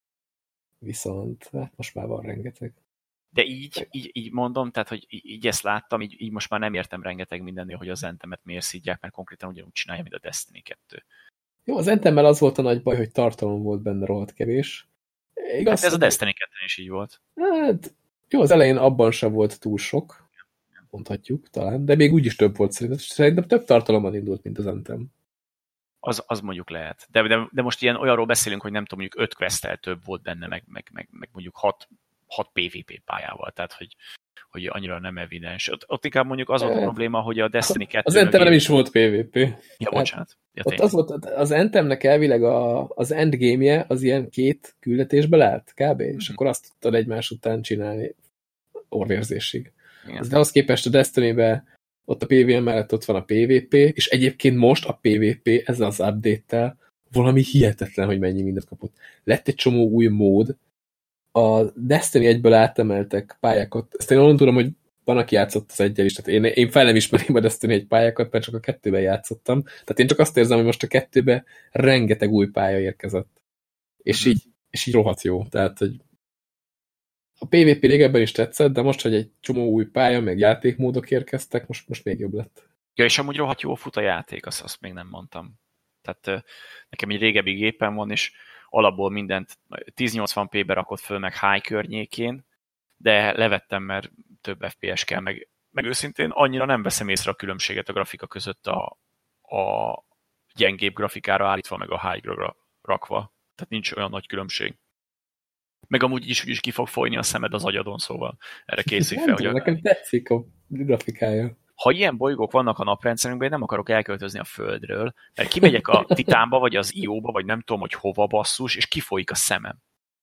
Viszont hát most már van rengeteg. De így, így, így mondom, tehát, hogy így ezt láttam, így, így most már nem értem rengeteg mindennél, hogy az Anthemet miért szidják, mert konkrétan ugyanúgy csinálja, mint a Destiny kettő. Jó, az Anthemmel az volt a nagy baj, hogy tartalom volt benne rohadt kevés. Igaz, hát ez a Destiny kettőn is így volt. Hát, jó, az elején abban sem volt túl sok, mondhatjuk talán, de még úgyis több volt szerintem. Szerintem több tartalomban indult, mint az Anthem. Az, az mondjuk lehet. De, de, de most ilyen olyanról beszélünk, hogy nem tudom, mondjuk öt questtel több volt benne, meg, meg, meg, meg mondjuk hat, hat pé vé pé pályával, tehát hogy, hogy annyira nem evidens. Ott, ott inkább mondjuk az volt a probléma, hogy a Destiny kettő... Az Anthem nem is volt pé vé pé. Ja, bocsánat. Ja, ott az, volt, az Anthemnek elvileg a, az endgame-je az ilyen két küldetésbe lehet, kb. Mm-hmm. És akkor azt tudtad egymás után csinálni orvérzésig. De ahhoz képest a Destiny-be ott a pé vé em mellett ott van a pé vé pé, és egyébként most a pé vé pé ezzel az update-tel valami hihetetlen, hogy mennyi mindent kapott. Lett egy csomó új mód, a Destiny egyből átemeltek pályákat. Ezt én onnan tudom, hogy van, aki játszott az egyel is. Tehát én, én fel nem ismerem a Destiny egy pályákat, mert csak a kettőben játszottam. Tehát én csak azt érzem, hogy most a kettőben rengeteg új pálya érkezett. És, így, és így rohadt jó. Tehát, hogy a pé vé pé régebben is tetszett, de most, hogy egy csomó új pálya, meg játékmódok érkeztek, most, most még jobb lett. Ja, és amúgy rohadt jól fut a játék, azt, azt még nem mondtam. Tehát nekem egy régebbi gépen van, és alapból mindent ezernyolcvan pé-be rakott föl, meg high környékén, de levettem, mert több ef pé es kell, meg, meg őszintén annyira nem veszem észre a különbséget a grafika között a, a gyengébb grafikára állítva, meg a high-ra rakva. Tehát nincs olyan nagy különbség. Meg amúgy is, is ki fog folyni a szemed az agyadon, szóval erre készülj fel. Hogy a... Nekem tetszik a grafikája. Ha ilyen bolygók vannak a naprendszerünkben, én nem akarok elköltözni a Földről, mert kimegyek a Titánba, vagy az Ióba, vagy nem tudom, hogy hova basszus, és kifolyik a szemem.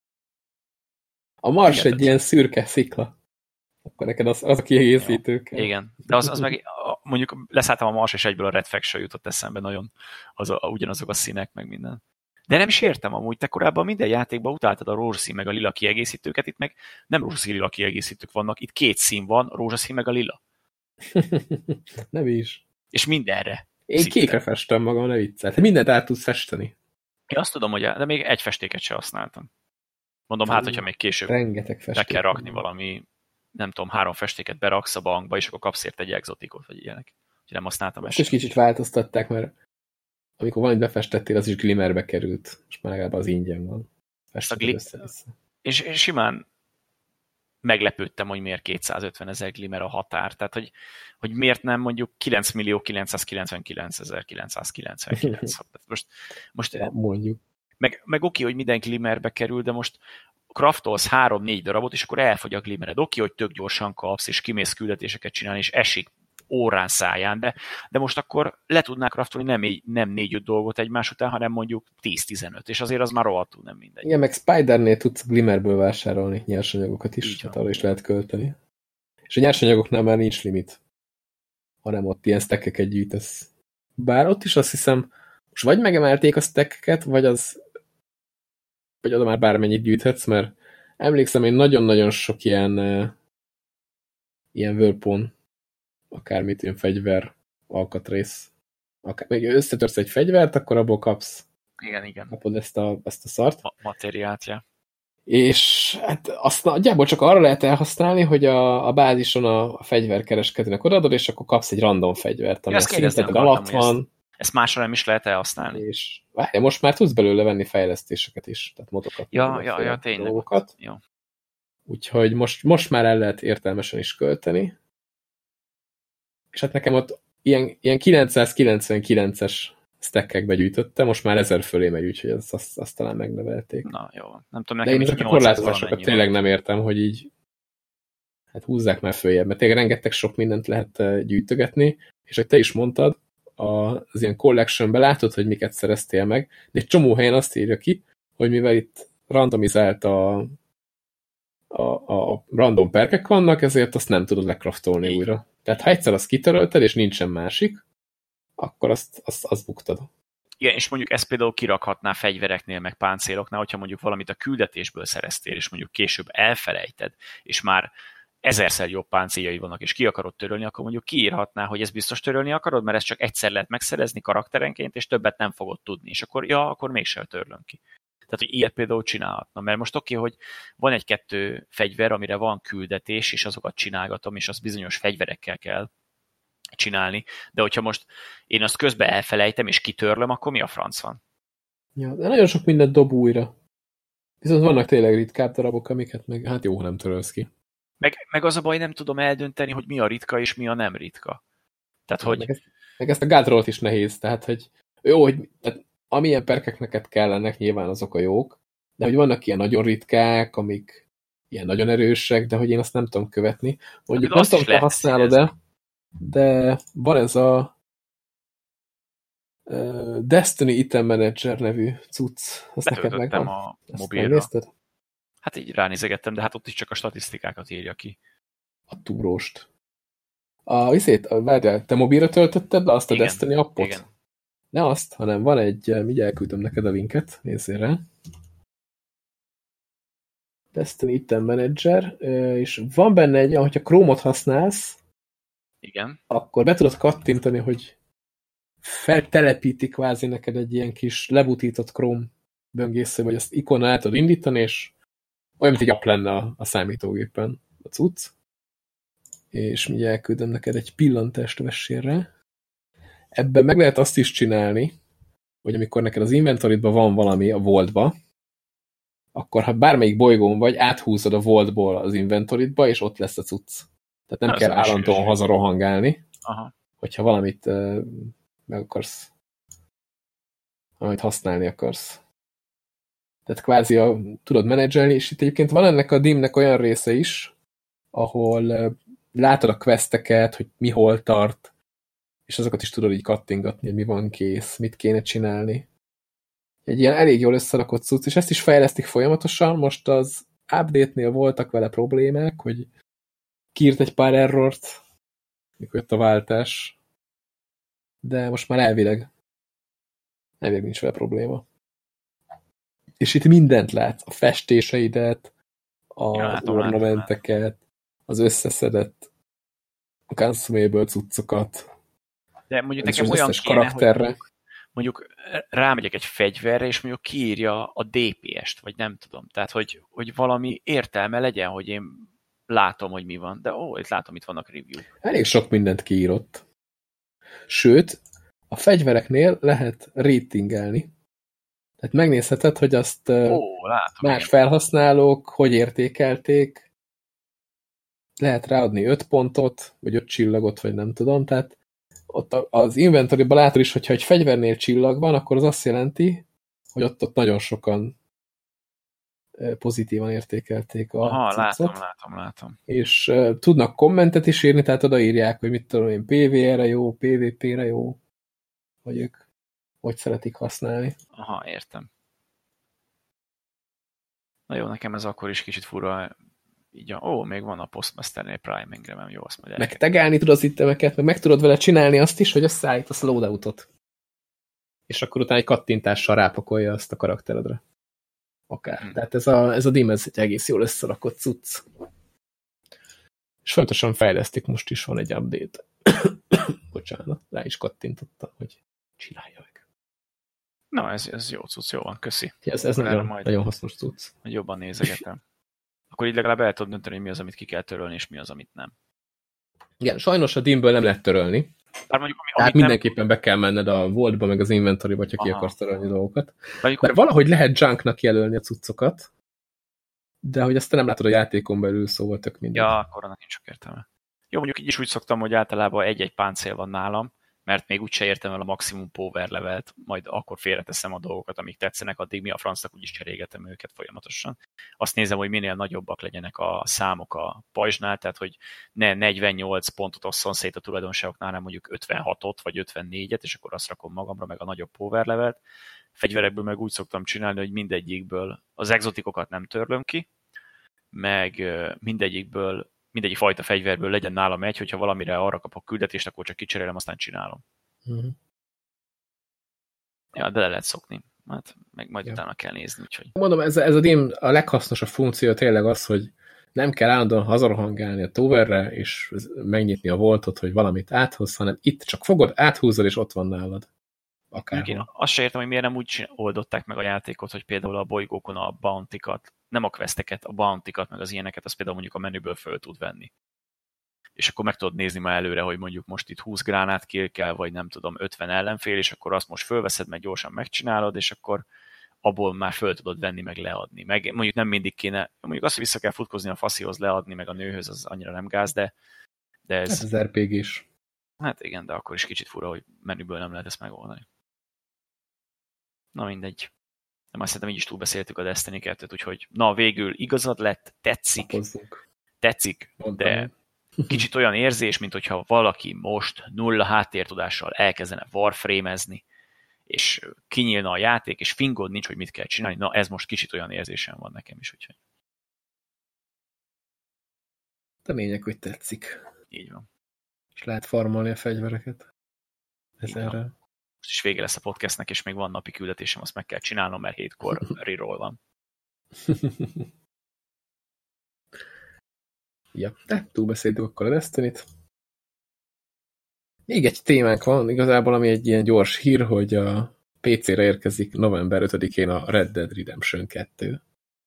A Mars igen, egy ilyen szürke szikla. Akkor neked az, az a kiegészítő kell. Igen, de az, az meg mondjuk leszálltam a Mars, és egyből a Red Faction jutott eszembe nagyon, az a, ugyanazok a színek, meg minden. De nem is értem amúgy, te korábban minden játékban utáltad a rózsaszín meg a lila kiegészítőket, itt meg nem rózsaszín lila kiegészítők vannak, itt két szín van, rózsaszín meg a lila. Nem is. És mindenre. Én szinte. Kékre festem magam, ne viccel. Te mindent át tudsz festeni. Én azt tudom, hogy de még egy festéket sem használtam. Mondom, hát, hogyha még később be kell rakni valami, nem tudom, három festéket beraksz a bankba, és akkor kapsz érte egy exotikot, vagy ilyenek. Úgyhogy nem használtam ezt. És kicsit változtatták, mert amikor valamit befestettél, az is glimmerbe került. Most már legalább az ingyen van. Gli- és, és simán meglepődtem, hogy miért kétszázötven ezer glimmer a határ. Tehát, hogy, hogy miért nem mondjuk kilenc millió kilencszázkilencvenkilencezer-kilencszázkilencvenkilenc. Most, most ja, mondjuk. Meg, meg oké, hogy minden glimmerbe kerül, de most craftolsz három-négy darabot, és akkor elfogy a glimmered. Oké, hogy tök gyorsan kapsz, és kimész küldetéseket csinálni, és esik órán száján, de, de most akkor le tudnák craftolni nem, nem négy-öt dolgot egymás után, hanem mondjuk tíz-tizenöt, és azért az már rohadtul nem mindegy. Igen, meg Spidernél tudsz glimmerből vásárolni nyersanyagokat is, hát arra is lehet költeni. És a nyersanyagoknál már nincs limit, hanem ott ilyen stackeket gyűjtesz. Bár ott is azt hiszem, most vagy megemelték a stackeket, vagy az vagy oda már bármennyit gyűjthetsz, mert emlékszem, én nagyon-nagyon sok ilyen uh, ilyen Whirlpool, akármit, ilyen fegyver, alkatrész. Akár, még összetörsz egy fegyvert, akkor abból kapsz. Igen, igen. Kapod ezt a, ezt a szart. Ma- materiát, ja. És hát azt nagyjából csak arra lehet elhasználni, hogy a, a bázison a, a fegyverkereskedőnek odaadod, és akkor kapsz egy random fegyvert, ami a szinted alatt van. Ezt, ezt másra nem is lehet elhasználni. És várj, most már tudsz belőle venni fejlesztéseket is, tehát modokat. Ja, ja, ja, tényleg. Dolgokat. Jó. Úgyhogy most, most már el lehet értelmesen is költeni. És hát nekem ott ilyen, ilyen kilencszázkilencvenkilences stackekbe gyűjtöttem, most már ezer fölé megy, úgyhogy azt, azt, azt talán megnevelték. Na, jó. Nem tudom, nekem. De én ezek a korlátozásokat tényleg nem értem, hogy így hát húzzák már följebb, mert tényleg rengeteg sok mindent lehet gyűjtögetni, és hogy te is mondtad, az ilyen collectionbe látod, hogy miket szereztél meg, de egy csomó helyen azt írja ki, hogy mivel itt randomizált a, a, a random perkek vannak, ezért azt nem tudod lecraftolni így újra. Tehát ha egyszer azt kitörölted, és nincsen másik, akkor azt, azt, azt buktad. Igen, és mondjuk ezt például kirakhatná fegyvereknél, meg páncéloknál, hogyha mondjuk valamit a küldetésből szereztél, és mondjuk később elfelejted, és már ezerszer jobb páncéljai vannak, és ki akarod törölni, akkor mondjuk kiírhatná, hogy ezt biztos törölni akarod, mert ezt csak egyszer lehet megszerezni karakterenként, és többet nem fogod tudni. És akkor, ja, akkor mégsem törlöm ki. Tehát, hogy ilyet például csinálhatna. Mert most oké, hogy van egy-kettő fegyver, amire van küldetés, és azokat csinálgatom, és azt bizonyos fegyverekkel kell csinálni. De hogyha most én azt közben elfelejtem, és kitörlöm, akkor mi a franc van? Ja, de nagyon sok mindent dob újra. Viszont vannak tényleg ritkább darabok, amiket meg, hát jó, nem törölsz ki. Meg, meg az a baj, nem tudom eldönteni, hogy mi a ritka, és mi a nem ritka. Tehát, hogy... Meg ezt, meg ezt a gátról is nehéz, tehát, hogy jó, hogy tehát, amilyen perkek neked kellenek, nyilván azok a jók, de hogy vannak ilyen nagyon ritkák, amik ilyen nagyon erősek, de hogy én azt nem tudom követni. Mondjuk nem tudom, te használod-e, de van ez a uh, Destiny Item Manager nevű cucc. Azt neked megvan? A mobilra. Hát így ránézegettem, de hát ott is csak a statisztikákat írja ki. A túróst. A viszét, várjál, te mobilra töltötted le azt a Igen, Destiny appot? igen. Ne azt, hanem van egy, mindjárt elküldöm neked a linket, nézzél rá. Destiny Item Manager, és van benne egy, hogyha Chrome-ot használsz, Igen. akkor be tudod kattintani, hogy feltelepíti kvázi neked egy ilyen kis lebutított Chrome böngésző, vagy azt ikonnal el tudod indítani, és olyan, mint egy app lenne a, a számítógépen a cucc. És mindjárt elküldöm neked egy pillantást vessél rá. Ebben meg lehet azt is csinálni, hogy amikor neked az inventoridban van valami a Vaultba, akkor ha bármelyik bolygón vagy, áthúzod a Vaultból az inventoridba, és ott lesz a cucc. Tehát nem Ez kell állandóan hazarohangálni, Aha. hogyha valamit uh, meg akarsz, valamit használni akarsz. Tehát kvázi a, tudod menedzselni, és itt egyébként van ennek a dimnek olyan része is, ahol uh, látod a questeket, hogy mi hol tart, és azokat is tudod így kattingatni, hogy mi van kész, mit kéne csinálni. Egy ilyen elég jól összerakott cucc, és ezt is fejlesztik folyamatosan. Most az update-nél voltak vele problémák, hogy kiírt egy pár errort, mikor jött a váltás, de most már elvileg elvileg nincs vele probléma. És itt mindent látsz, a festéseidet, az Ja, látom, ornamenteket, látom. az összeszedett consumable cuccokat, De mondjuk az nekem olyan összes kéne, karakterre. hogy mondjuk rámegyek egy fegyverre, és mondjuk kiírja a dé pé est, vagy nem tudom. Tehát, hogy, hogy valami értelme legyen, hogy én látom, hogy mi van. De ó, itt látom, itt vannak review-k. Elég sok mindent kiírott. Sőt, a fegyvereknél lehet ratingelni. Tehát megnézheted, hogy azt Ó, látom, más igen. felhasználók hogy értékelték. Lehet ráadni öt pontot, vagy öt csillagot, vagy nem tudom. Tehát ott az inventoryban látod is, hogyha egy fegyvernél csillag van, akkor az azt jelenti, hogy ott, ott nagyon sokan pozitívan értékelték a Aha, cuccot. látom, látom, látom. És uh, tudnak kommentet is írni, tehát odaírják, hogy mit tudom én, pé vé er-re jó, pé vé pé-re jó, hogy ők hogy szeretik használni. Aha, értem. Na jó, nekem ez akkor is kicsit fura. Így a, ó, még van a Postmasternél Priming, remélem, jó, azt majd Meg tegálni tudod az itemeket, meg meg tudod vele csinálni azt is, hogy összeállítasz loadoutot. És akkor utána egy kattintással rápakolja azt a karakteredre. Akár. Hmm. Tehát ez a, ez a dim, ez egy egész jól összerakott cucc. És fontosan fejlesztik, most is van egy update. Bocsánat, rá is kattintottam, hogy csinálja meg. Na, ez, ez jó cucc, jó van, köszi. Ez, ez nagyon, majd nagyon hasznos cucc. Hogy jobban nézegetem. Akkor így legalább el tudod dönteni, hogy mi az, amit ki kell törölni, és mi az, amit nem. Igen, sajnos a dimből nem lehet törölni. Bár mondjuk, ami, Tehát mindenképpen nem... be kell menned a Vaultba, meg az inventoryba, ha ki akarsz törölni dolgokat. Mondjuk, mert valahogy lehet junknak jelölni a cuccokat, de hogy azt te nem látod a játékon belül, szóval tök minden. Ja, akkor annak nincs sok értelme. Jó, mondjuk így is úgy szoktam, hogy általában egy-egy páncél van nálam, mert még úgyse értem el a maximum power levelt, majd akkor félreteszem a dolgokat, amik tetszenek, addig mi a francnak úgyis cserégetem őket folyamatosan. Azt nézem, hogy minél nagyobbak legyenek a számok a pajzsnál, tehát hogy ne negyvennyolc pontot osszon szét a tulajdonságoknál, hanem mondjuk ötvenhatot vagy ötvennégyet, és akkor azt rakom magamra meg a nagyobb power levelt. Fegyverekből meg úgy szoktam csinálni, hogy mindegyikből az exotikokat nem törlöm ki, meg mindegyikből mindegyik fajta fegyverből legyen nálam egy, hogyha valamire arra kapok küldetést, akkor csak kicserélem, aztán csinálom. Uh-huh. Ja, de le lehet szokni. Hát, meg majd ja. utána kell nézni. Úgyhogy. Mondom, ez, ez a dim a leghasznosabb funkció tényleg az, hogy nem kell állandóan hazarohangálni a towerre, és megnyitni a voltot, hogy valamit áthoz, hanem itt csak fogod, áthúzod, és ott van nálad. Akárhol. Én azt se értem, hogy miért nem úgy oldották meg a játékot, hogy például a bolygókon a bounty-kat, nem a questeket, a bounty-kat, meg az ilyeneket, azt például mondjuk a menüből föl tud venni. És akkor meg tudod nézni már előre, hogy mondjuk most itt húsz gránát kill kell, vagy nem tudom, ötven ellenfél, és akkor azt most fölveszed, meg gyorsan megcsinálod, és akkor abból már föl tudod venni, meg leadni. Meg mondjuk nem mindig kéne, mondjuk azt, hogy vissza kell futkozni a faszihoz leadni, meg a nőhöz, az annyira nem gáz, de, de ez... Ez az er pé gés. Hát igen, de akkor is kicsit fura, hogy menüből nem lehet ezt megoldani. Na mindegy. De már szerintem így is túlbeszéltük a Destiny kettőt, úgyhogy na végül igazad lett, tetszik, Hozzunk. tetszik, Mondtam. De kicsit olyan érzés, mint hogyha valaki most nulla háttértudással elkezdene warframe-ezni, és kinyílna a játék, és fingod nincs, hogy mit kell csinálni. Na ez most kicsit olyan érzésem van nekem is, úgyhogy. De lényeg, hogy tetszik. Így van. És lehet farmolni a fegyvereket. Ezerre. Most is vége lesz a podcastnek, és még van napi küldetésem, azt meg kell csinálnom, mert hétkor reroll van. Ja, de túlbeszéltük akkor a Destiny-t. Még egy témánk van, igazából, ami egy ilyen gyors hír, hogy a pé cére érkezik november ötödikén a Red Dead Redemption kettő.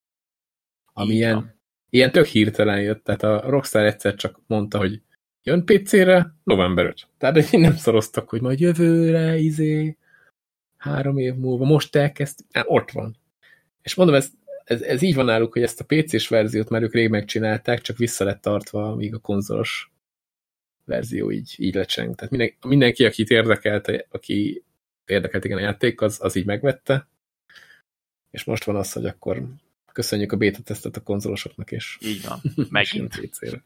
Ami ilyen, ilyen tök hirtelen jött, tehát a Rockstar egyszer csak mondta, hogy jön pé cére november ötödike. Tehát hogy nem szoroztak, hogy majd jövőre, izé, három év múlva, most elkezd, hát ott van. És mondom, ez, ez, ez így van náluk, hogy ezt a pé cés verziót már ők rég megcsinálták, csak vissza lett tartva, míg a konzolos verzió így, így lecseng. Tehát minden, mindenki, akit érdekelt, aki érdekelt igen a játék, az, az így megvette. És most van az, hogy akkor köszönjük a beta tesztet a konzolosoknak, és így van, megint. pé cére.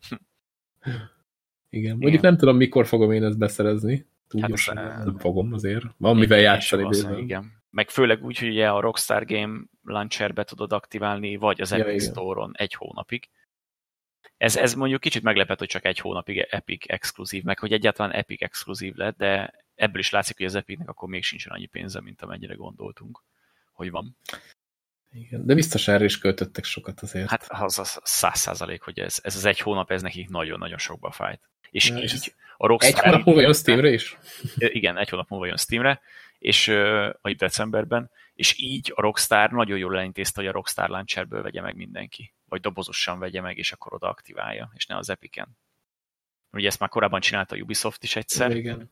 Igen. Mondjuk igen. Nem tudom, mikor fogom én ezt beszerezni. Túlgyorsan hát nem fogom azért. Van mivel játszani. Igen. Meg főleg úgy, hogy ugye a Rockstar Game Launcherbe tudod aktiválni, vagy az Epic ja, Store-on egy hónapig. Ez, ez mondjuk kicsit meglepett, hogy csak egy hónapig Epic exkluzív, meg hogy egyáltalán Epic exkluzív lett, de ebből is látszik, hogy az Epicnek akkor még sincsen annyi pénze, mint amennyire gondoltunk, hogy van. Igen, de biztos erre is költöttek sokat azért. Hát az az száz százalék, hogy ez, ez az egy hónap, ez nekik nagyon-nagyon sokba fájt. És ja, így a Rockstar... Egy hónap múlva jön Steamre is? Igen, egy hónap múlva jön Steamre, és uh, decemberben, és így a Rockstar nagyon jól elintézte, hogy a Rockstar Launcherből vegye meg mindenki. Vagy dobozosan vegye meg, és akkor oda aktiválja, és ne az Epicen. Ugye ezt már korábban csinálta a Ubisoft is egyszer. Igen.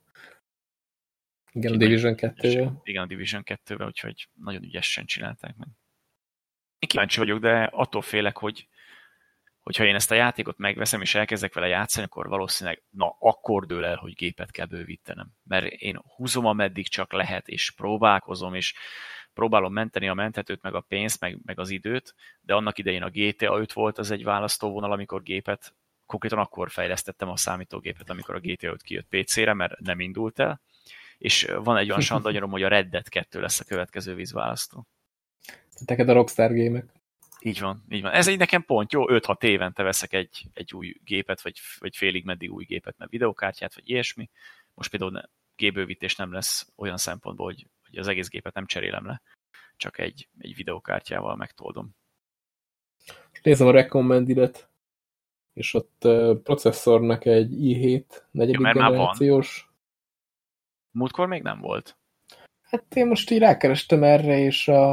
Igen, a Division kettővel. Igen, a Division kettővel, úgyhogy nagyon ügyesen csinálták meg. Én kíváncsi vagyok, de attól félek, hogy hogyha én ezt a játékot megveszem, és elkezdek vele játszani, akkor valószínűleg, na, akkor dől el, hogy gépet kell bővítenem. Mert én húzom, ameddig csak lehet, és próbálkozom, és próbálom menteni a menthetőt, meg a pénzt, meg, meg az időt, de annak idején a gé té á öt volt az egy választóvonal, amikor gépet, konkrétan akkor fejlesztettem a számítógépet, amikor a gé té á öt kijött pé cére, mert nem indult el, és van egy olyan sandanyarom, hogy a Red Dead kettő lesz a következő vízválasztó. Neked a Rockstar gémek. Így van, így van. Ez így nekem pont jó, öt-hat évente veszek egy, egy új gépet, vagy, vagy félig meddig új gépet, mert videókártyát, vagy ilyesmi. Most például gépbővítés nem lesz olyan szempontból, hogy, hogy az egész gépet nem cserélem le, csak egy, egy videókártyával megtoldom. Nézem a recommended-et, és ott uh, processzornak egy i hét negyedik ja, generációs. Múltkor még nem volt. Hát én most így rákerestem erre, és a,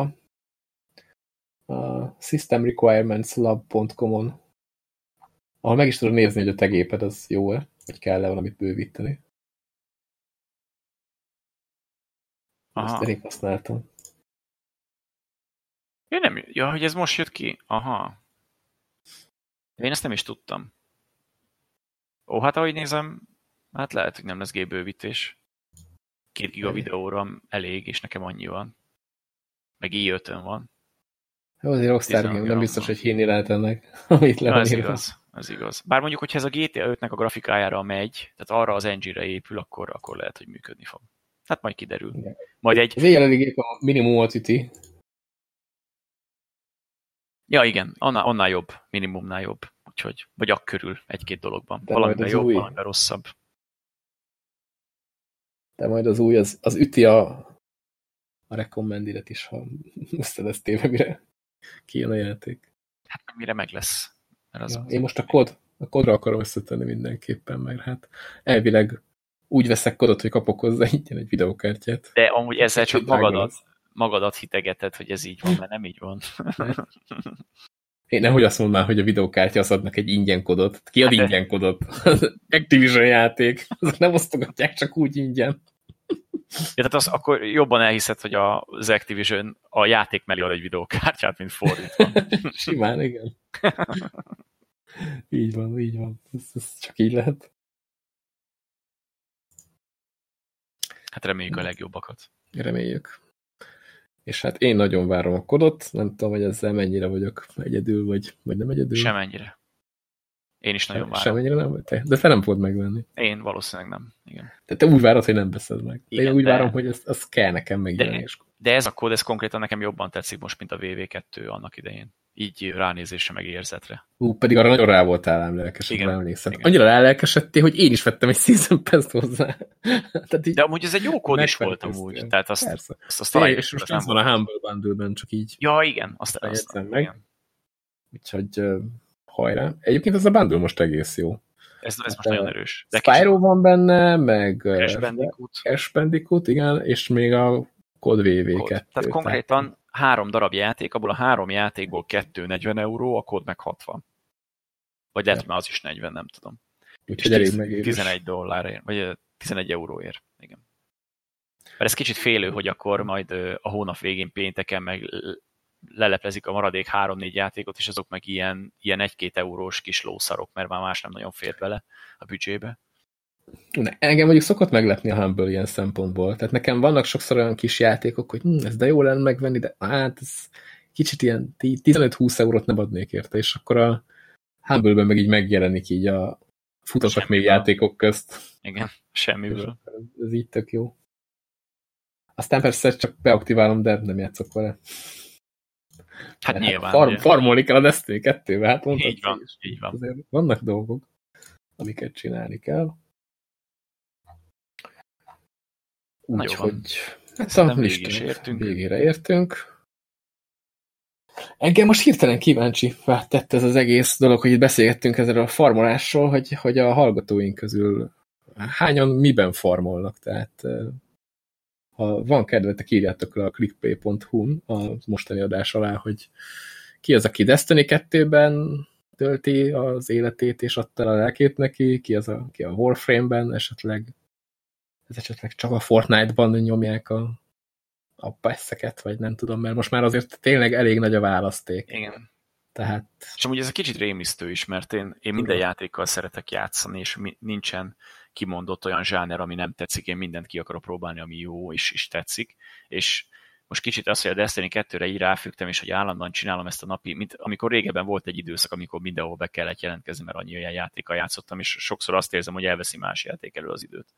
a system requirements lab pont com-on, ahol meg is tudod nézni, hogy a te géped az jó-e, vagy kell-e valamit bővíteni. Aha. Ezt elég használtam. Én nem, ja, hogy ez most jött ki? Aha. Én ezt nem is tudtam. Ó, hát ahogy nézem, hát lehet, hogy nem lesz gépbővítés. Két giga videóra elég, és nekem annyi van. Meg i ötön van. Jó, azért Rockstar Game, nem biztos, hogy hinni lehet ennek, amit le van ez igaz, ez igaz. Bár mondjuk, hogyha ez a gé té á ötnek a grafikájára megy, tehát arra az engine-re épül, akkor, akkor lehet, hogy működni fog. Hát majd kiderül. Igen. Majd egy... Az jelenlegi gép a minimumot üti. Ja, igen, annál, annál jobb, minimumnál jobb. Úgyhogy, vagy akkörül egy-két dologban. Valamiben jobb, új... valamiben rosszabb. De majd az új, az, az üti a, a recommended-et is, ha musztad ezt téve, mire kijön a játék. Hát mire meg lesz. Mert az ja, az én most a kod, a kodra akarom összetenni mindenképpen, mert hát elvileg úgy veszek kodot, hogy kapok hozzá ingyen egy videókártyát. De amúgy ezzel csak magadat, magadat hitegeted, hogy ez így van, mert nem így van. Én nehogy azt mondd már, hogy a videókártya az adnak egy ingyen kodot. Ki ad hát ingyen kodot? Activision játék. Azok nem osztogatják csak úgy ingyen. Ja, tehát az, akkor jobban elhiszed, hogy az Activision a játék mellé ad egy videókártyát, mint fordítva. Simán, igen. Így van, így van. Ez, ez csak így lehet. Hát reméljük a legjobbakat. Reméljük. És hát én nagyon várom a kodot, nem tudom, hogy ezzel mennyire vagyok egyedül, vagy, vagy nem egyedül. Semennyire. Én is nagyon várom. Semennyire nem? Te, de te nem fogod megvenni. Én valószínűleg nem. Igen. De te úgy várod, hogy nem veszed meg. Igen, én úgy de... várom, hogy ez, az kell nekem megjelenni. De, De ez a kód, ez konkrétan nekem jobban tetszik most, mint a vé vé kettő annak idején. Így ránézésre, meg érzetre. Ú, pedig arra nagyon rá voltál ám lelkesedve, emlékszem. Igen. Annyira rálelkesedtél, hogy én is vettem egy Season Pass-t hozzá. Tehát így de amúgy ez egy jó kód is volt amúgy. Tehát azt, Persze. azt, azt találjuk. És most ez van a Humble Bundle-ben, csak így. Ja, igen. Azt, azt meg. Igen. Úgyhogy uh, hajrá. Egyébként ez a bundle most egész jó. Ez, ez most nagyon erős. De Spyro van benne, meg Crash Bandicoot. Crash Bandicoot, igen, és még a kód vé vé kettő. Tehát konkrétan tehát... három darab játék, abból a három játékból kettő negyven euró, a kód meg hatvan. Vagy lehet, ja. Már az is negyven, nem tudom. Úgyhogy elég megérős. tizenegy dollárért, vagy tizenegy euróért. Igen. Mert ez kicsit félő, hogy akkor majd a hónap végén pénteken meg leleplezik a maradék három-négy játékot, és azok meg ilyen, ilyen egy-két eurós kis lószarok, mert már más nem nagyon fért bele a büdzsébe. Ne, engem mondjuk szokott meglepni a Humble ilyen szempontból. Tehát nekem vannak sokszor olyan kis játékok, hogy hm, ez de jó lenne megvenni, de hát ez kicsit ilyen tizenöt-húsz eurót nem adnék érte, és akkor a Humble-ben meg így megjelenik így a futottak még játékok közt. Igen, semmiből. Ez, ez így tök jó. Aztán persze csak beaktiválom, de nem játszok vele. Hát mert nyilván. Farm, farmolni kell a Destiny kettővel. Hát így van, is. így van. Azért vannak dolgok, amiket csinálni kell. Úgyhogy hát a listán végére értünk. Engem most hirtelen kíváncsi tett ez az egész dolog, hogy itt beszélgettünk ezzel a farmolásról, hogy, hogy a hallgatóink közül hányan miben farmolnak. Tehát ha van kedvetek, írjátok le a clickplay pont hu-n a mostani adás alá, hogy ki az, aki Destiny kettőben tölti az életét, és adta a lelkét neki, ki az, aki a Warframe-ben esetleg, ez esetleg csak a Fortnite-ban nyomják a, a passzeket, vagy nem tudom, mert most már azért tényleg elég nagy a választék. Igen. Tehát... És amúgy ez egy kicsit rémisztő is, mert én, én minden játékkal szeretek játszani, és mi, nincsen kimondott olyan zsáner, ami nem tetszik, én mindent ki akarok próbálni, ami jó és, és tetszik, és most kicsit az, hogy a Destiny kettőre így ráfügtem, és hogy állandóan csinálom ezt a napi, mint amikor régebben volt egy időszak, amikor mindenhol be kellett jelentkezni, mert annyi olyan játékkal játszottam, és sokszor azt érzem, hogy elveszi más játék elől az időt.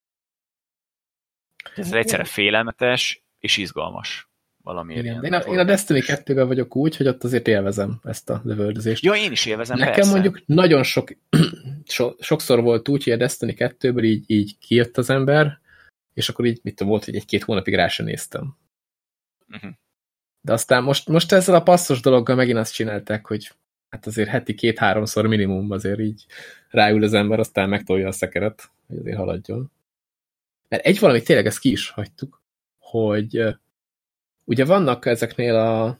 Ez egyszerre félelmetes és izgalmas. Valamiért. Igen, én, a, én a Destiny kettőben vagyok úgy, hogy ott azért élvezem ezt a lövöldözést. Ja, én is élvezem, Nekem persze. mondjuk nagyon sok, so, sokszor volt úgy, hogy a Destiny kettőből így, így kijött az ember, és akkor így, mit tudom, volt, hogy egy-két hónapig rá sem néztem. Uh-huh. De aztán most, most ezzel a passzos dologgal megint azt csinálták, hogy hát azért heti két-háromszor minimum azért így ráül az ember, aztán megtolja a szekeret, hogy azért haladjon. Mert egy valami tényleg ezt ki is hagytuk, hogy ugye vannak ezeknél a,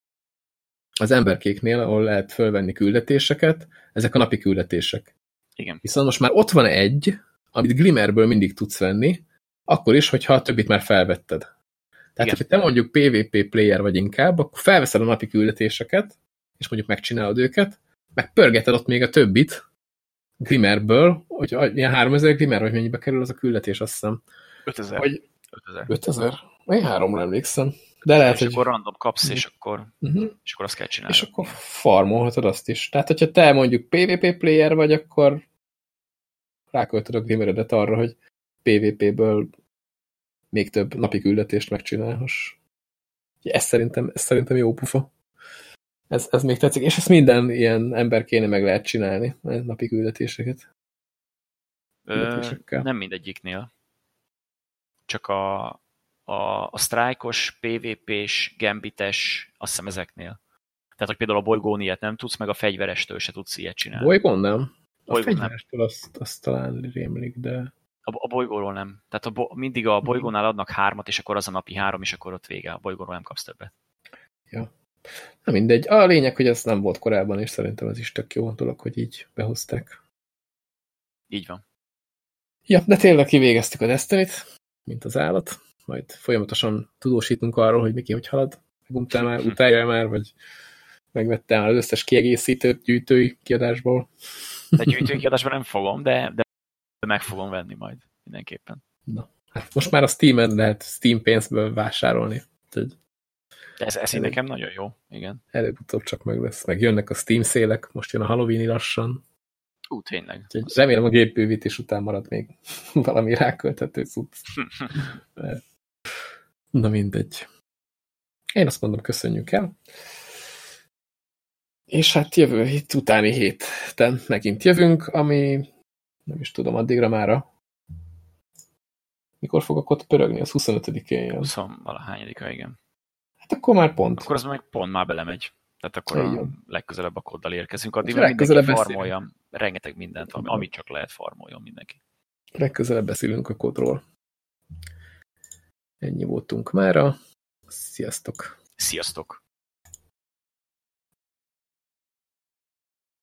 az emberkéknél, ahol lehet fölvenni küldetéseket, ezek a napi küldetések. Igen. Viszont most már ott van egy, amit Glimmerből mindig tudsz venni, akkor is, hogyha a többit már felvetted. Tehát, hogyha te mondjuk pé vé pé player vagy inkább, akkor felveszed a napi küldetéseket, és mondjuk megcsinálod őket, meg pörgeted ott még a többit Glimmerből, hogy ilyen háromezer Glimmer, vagy mennyibe kerül az a küldetés, azt hiszem. ötezer. Hogy ötezer? Én háromra emlékszem. De lehet, és hogy... akkor random kapsz, és akkor, uh-huh. és akkor azt kell csinálni. És akkor farmolhatod azt is. Tehát, hogyha te mondjuk pé vé pé player vagy, akkor ráköltöd a Glimmeredet arra, hogy pé vé pé-ből még több napi küldetést megcsinálhass. Ez szerintem, ez szerintem jó pufa. Ez, ez még tetszik. És ezt minden ilyen ember kéne meg lehet csinálni, napi küldetéseket. Ö, nem mindegyiknél. Csak a, a, a sztrájkos, pé vé pés, gambites, azt hiszem ezeknél. Tehát, hogy például a bolygón ilyet nem tudsz, meg a fegyverestől se tudsz ilyet csinálni. Bolygón nem? A bolygón fegyverestől nem. Azt, azt talán rémlik, de... A, a bolygóról nem. Tehát a bo, mindig a bolygónál adnak hármat, és akkor az a napi három, és akkor ott vége. A bolygóról nem kapsz többet. Ja. Na mindegy. A lényeg, hogy ez nem volt korábban, és szerintem ez is tök jó dolog, hogy így behozták. Így van. Ja, de tényleg kivégeztük a Destiny-t, mint az állat. Majd folyamatosan tudósítunk arról, hogy Miki hogy halad. Meguntál már, utálja már, vagy megvettem már az összes kiegészítőt gyűjtői kiadásból. De gyűjtői kiadásban nem fogom, de, de meg fogom venni majd mindenképpen. Na, hát most már a Steam-en lehet Steam pénzből vásárolni. Úgyhogy ez ez előbb, nekem nagyon jó, igen. Előbb-utóbb csak meg lesz. Meg jönnek a Steam szélek, most jön a Halloween-i lassan. Ú, tényleg. Úgyhogy remélem a gépbővítés után marad még valami rákölthető cucc. Na mindegy. Én azt mondom, köszönjük el. És hát jövő hét utáni héten megint jövünk, ami nem is tudom, addigra mára. Mikor fog akkor pörögni? Az huszonötödikén jön. huszonvalahányadika, igen. Hát akkor már pont. Akkor az meg pont már belemegy. Tehát akkor a legközelebb a koddal érkezünk. Addig mindenki farmolja, rengeteg mindent, amit csak lehet farmoljon mindenki. Legközelebb beszélünk a kodról. Ennyi voltunk mára. Sziasztok! Sziasztok!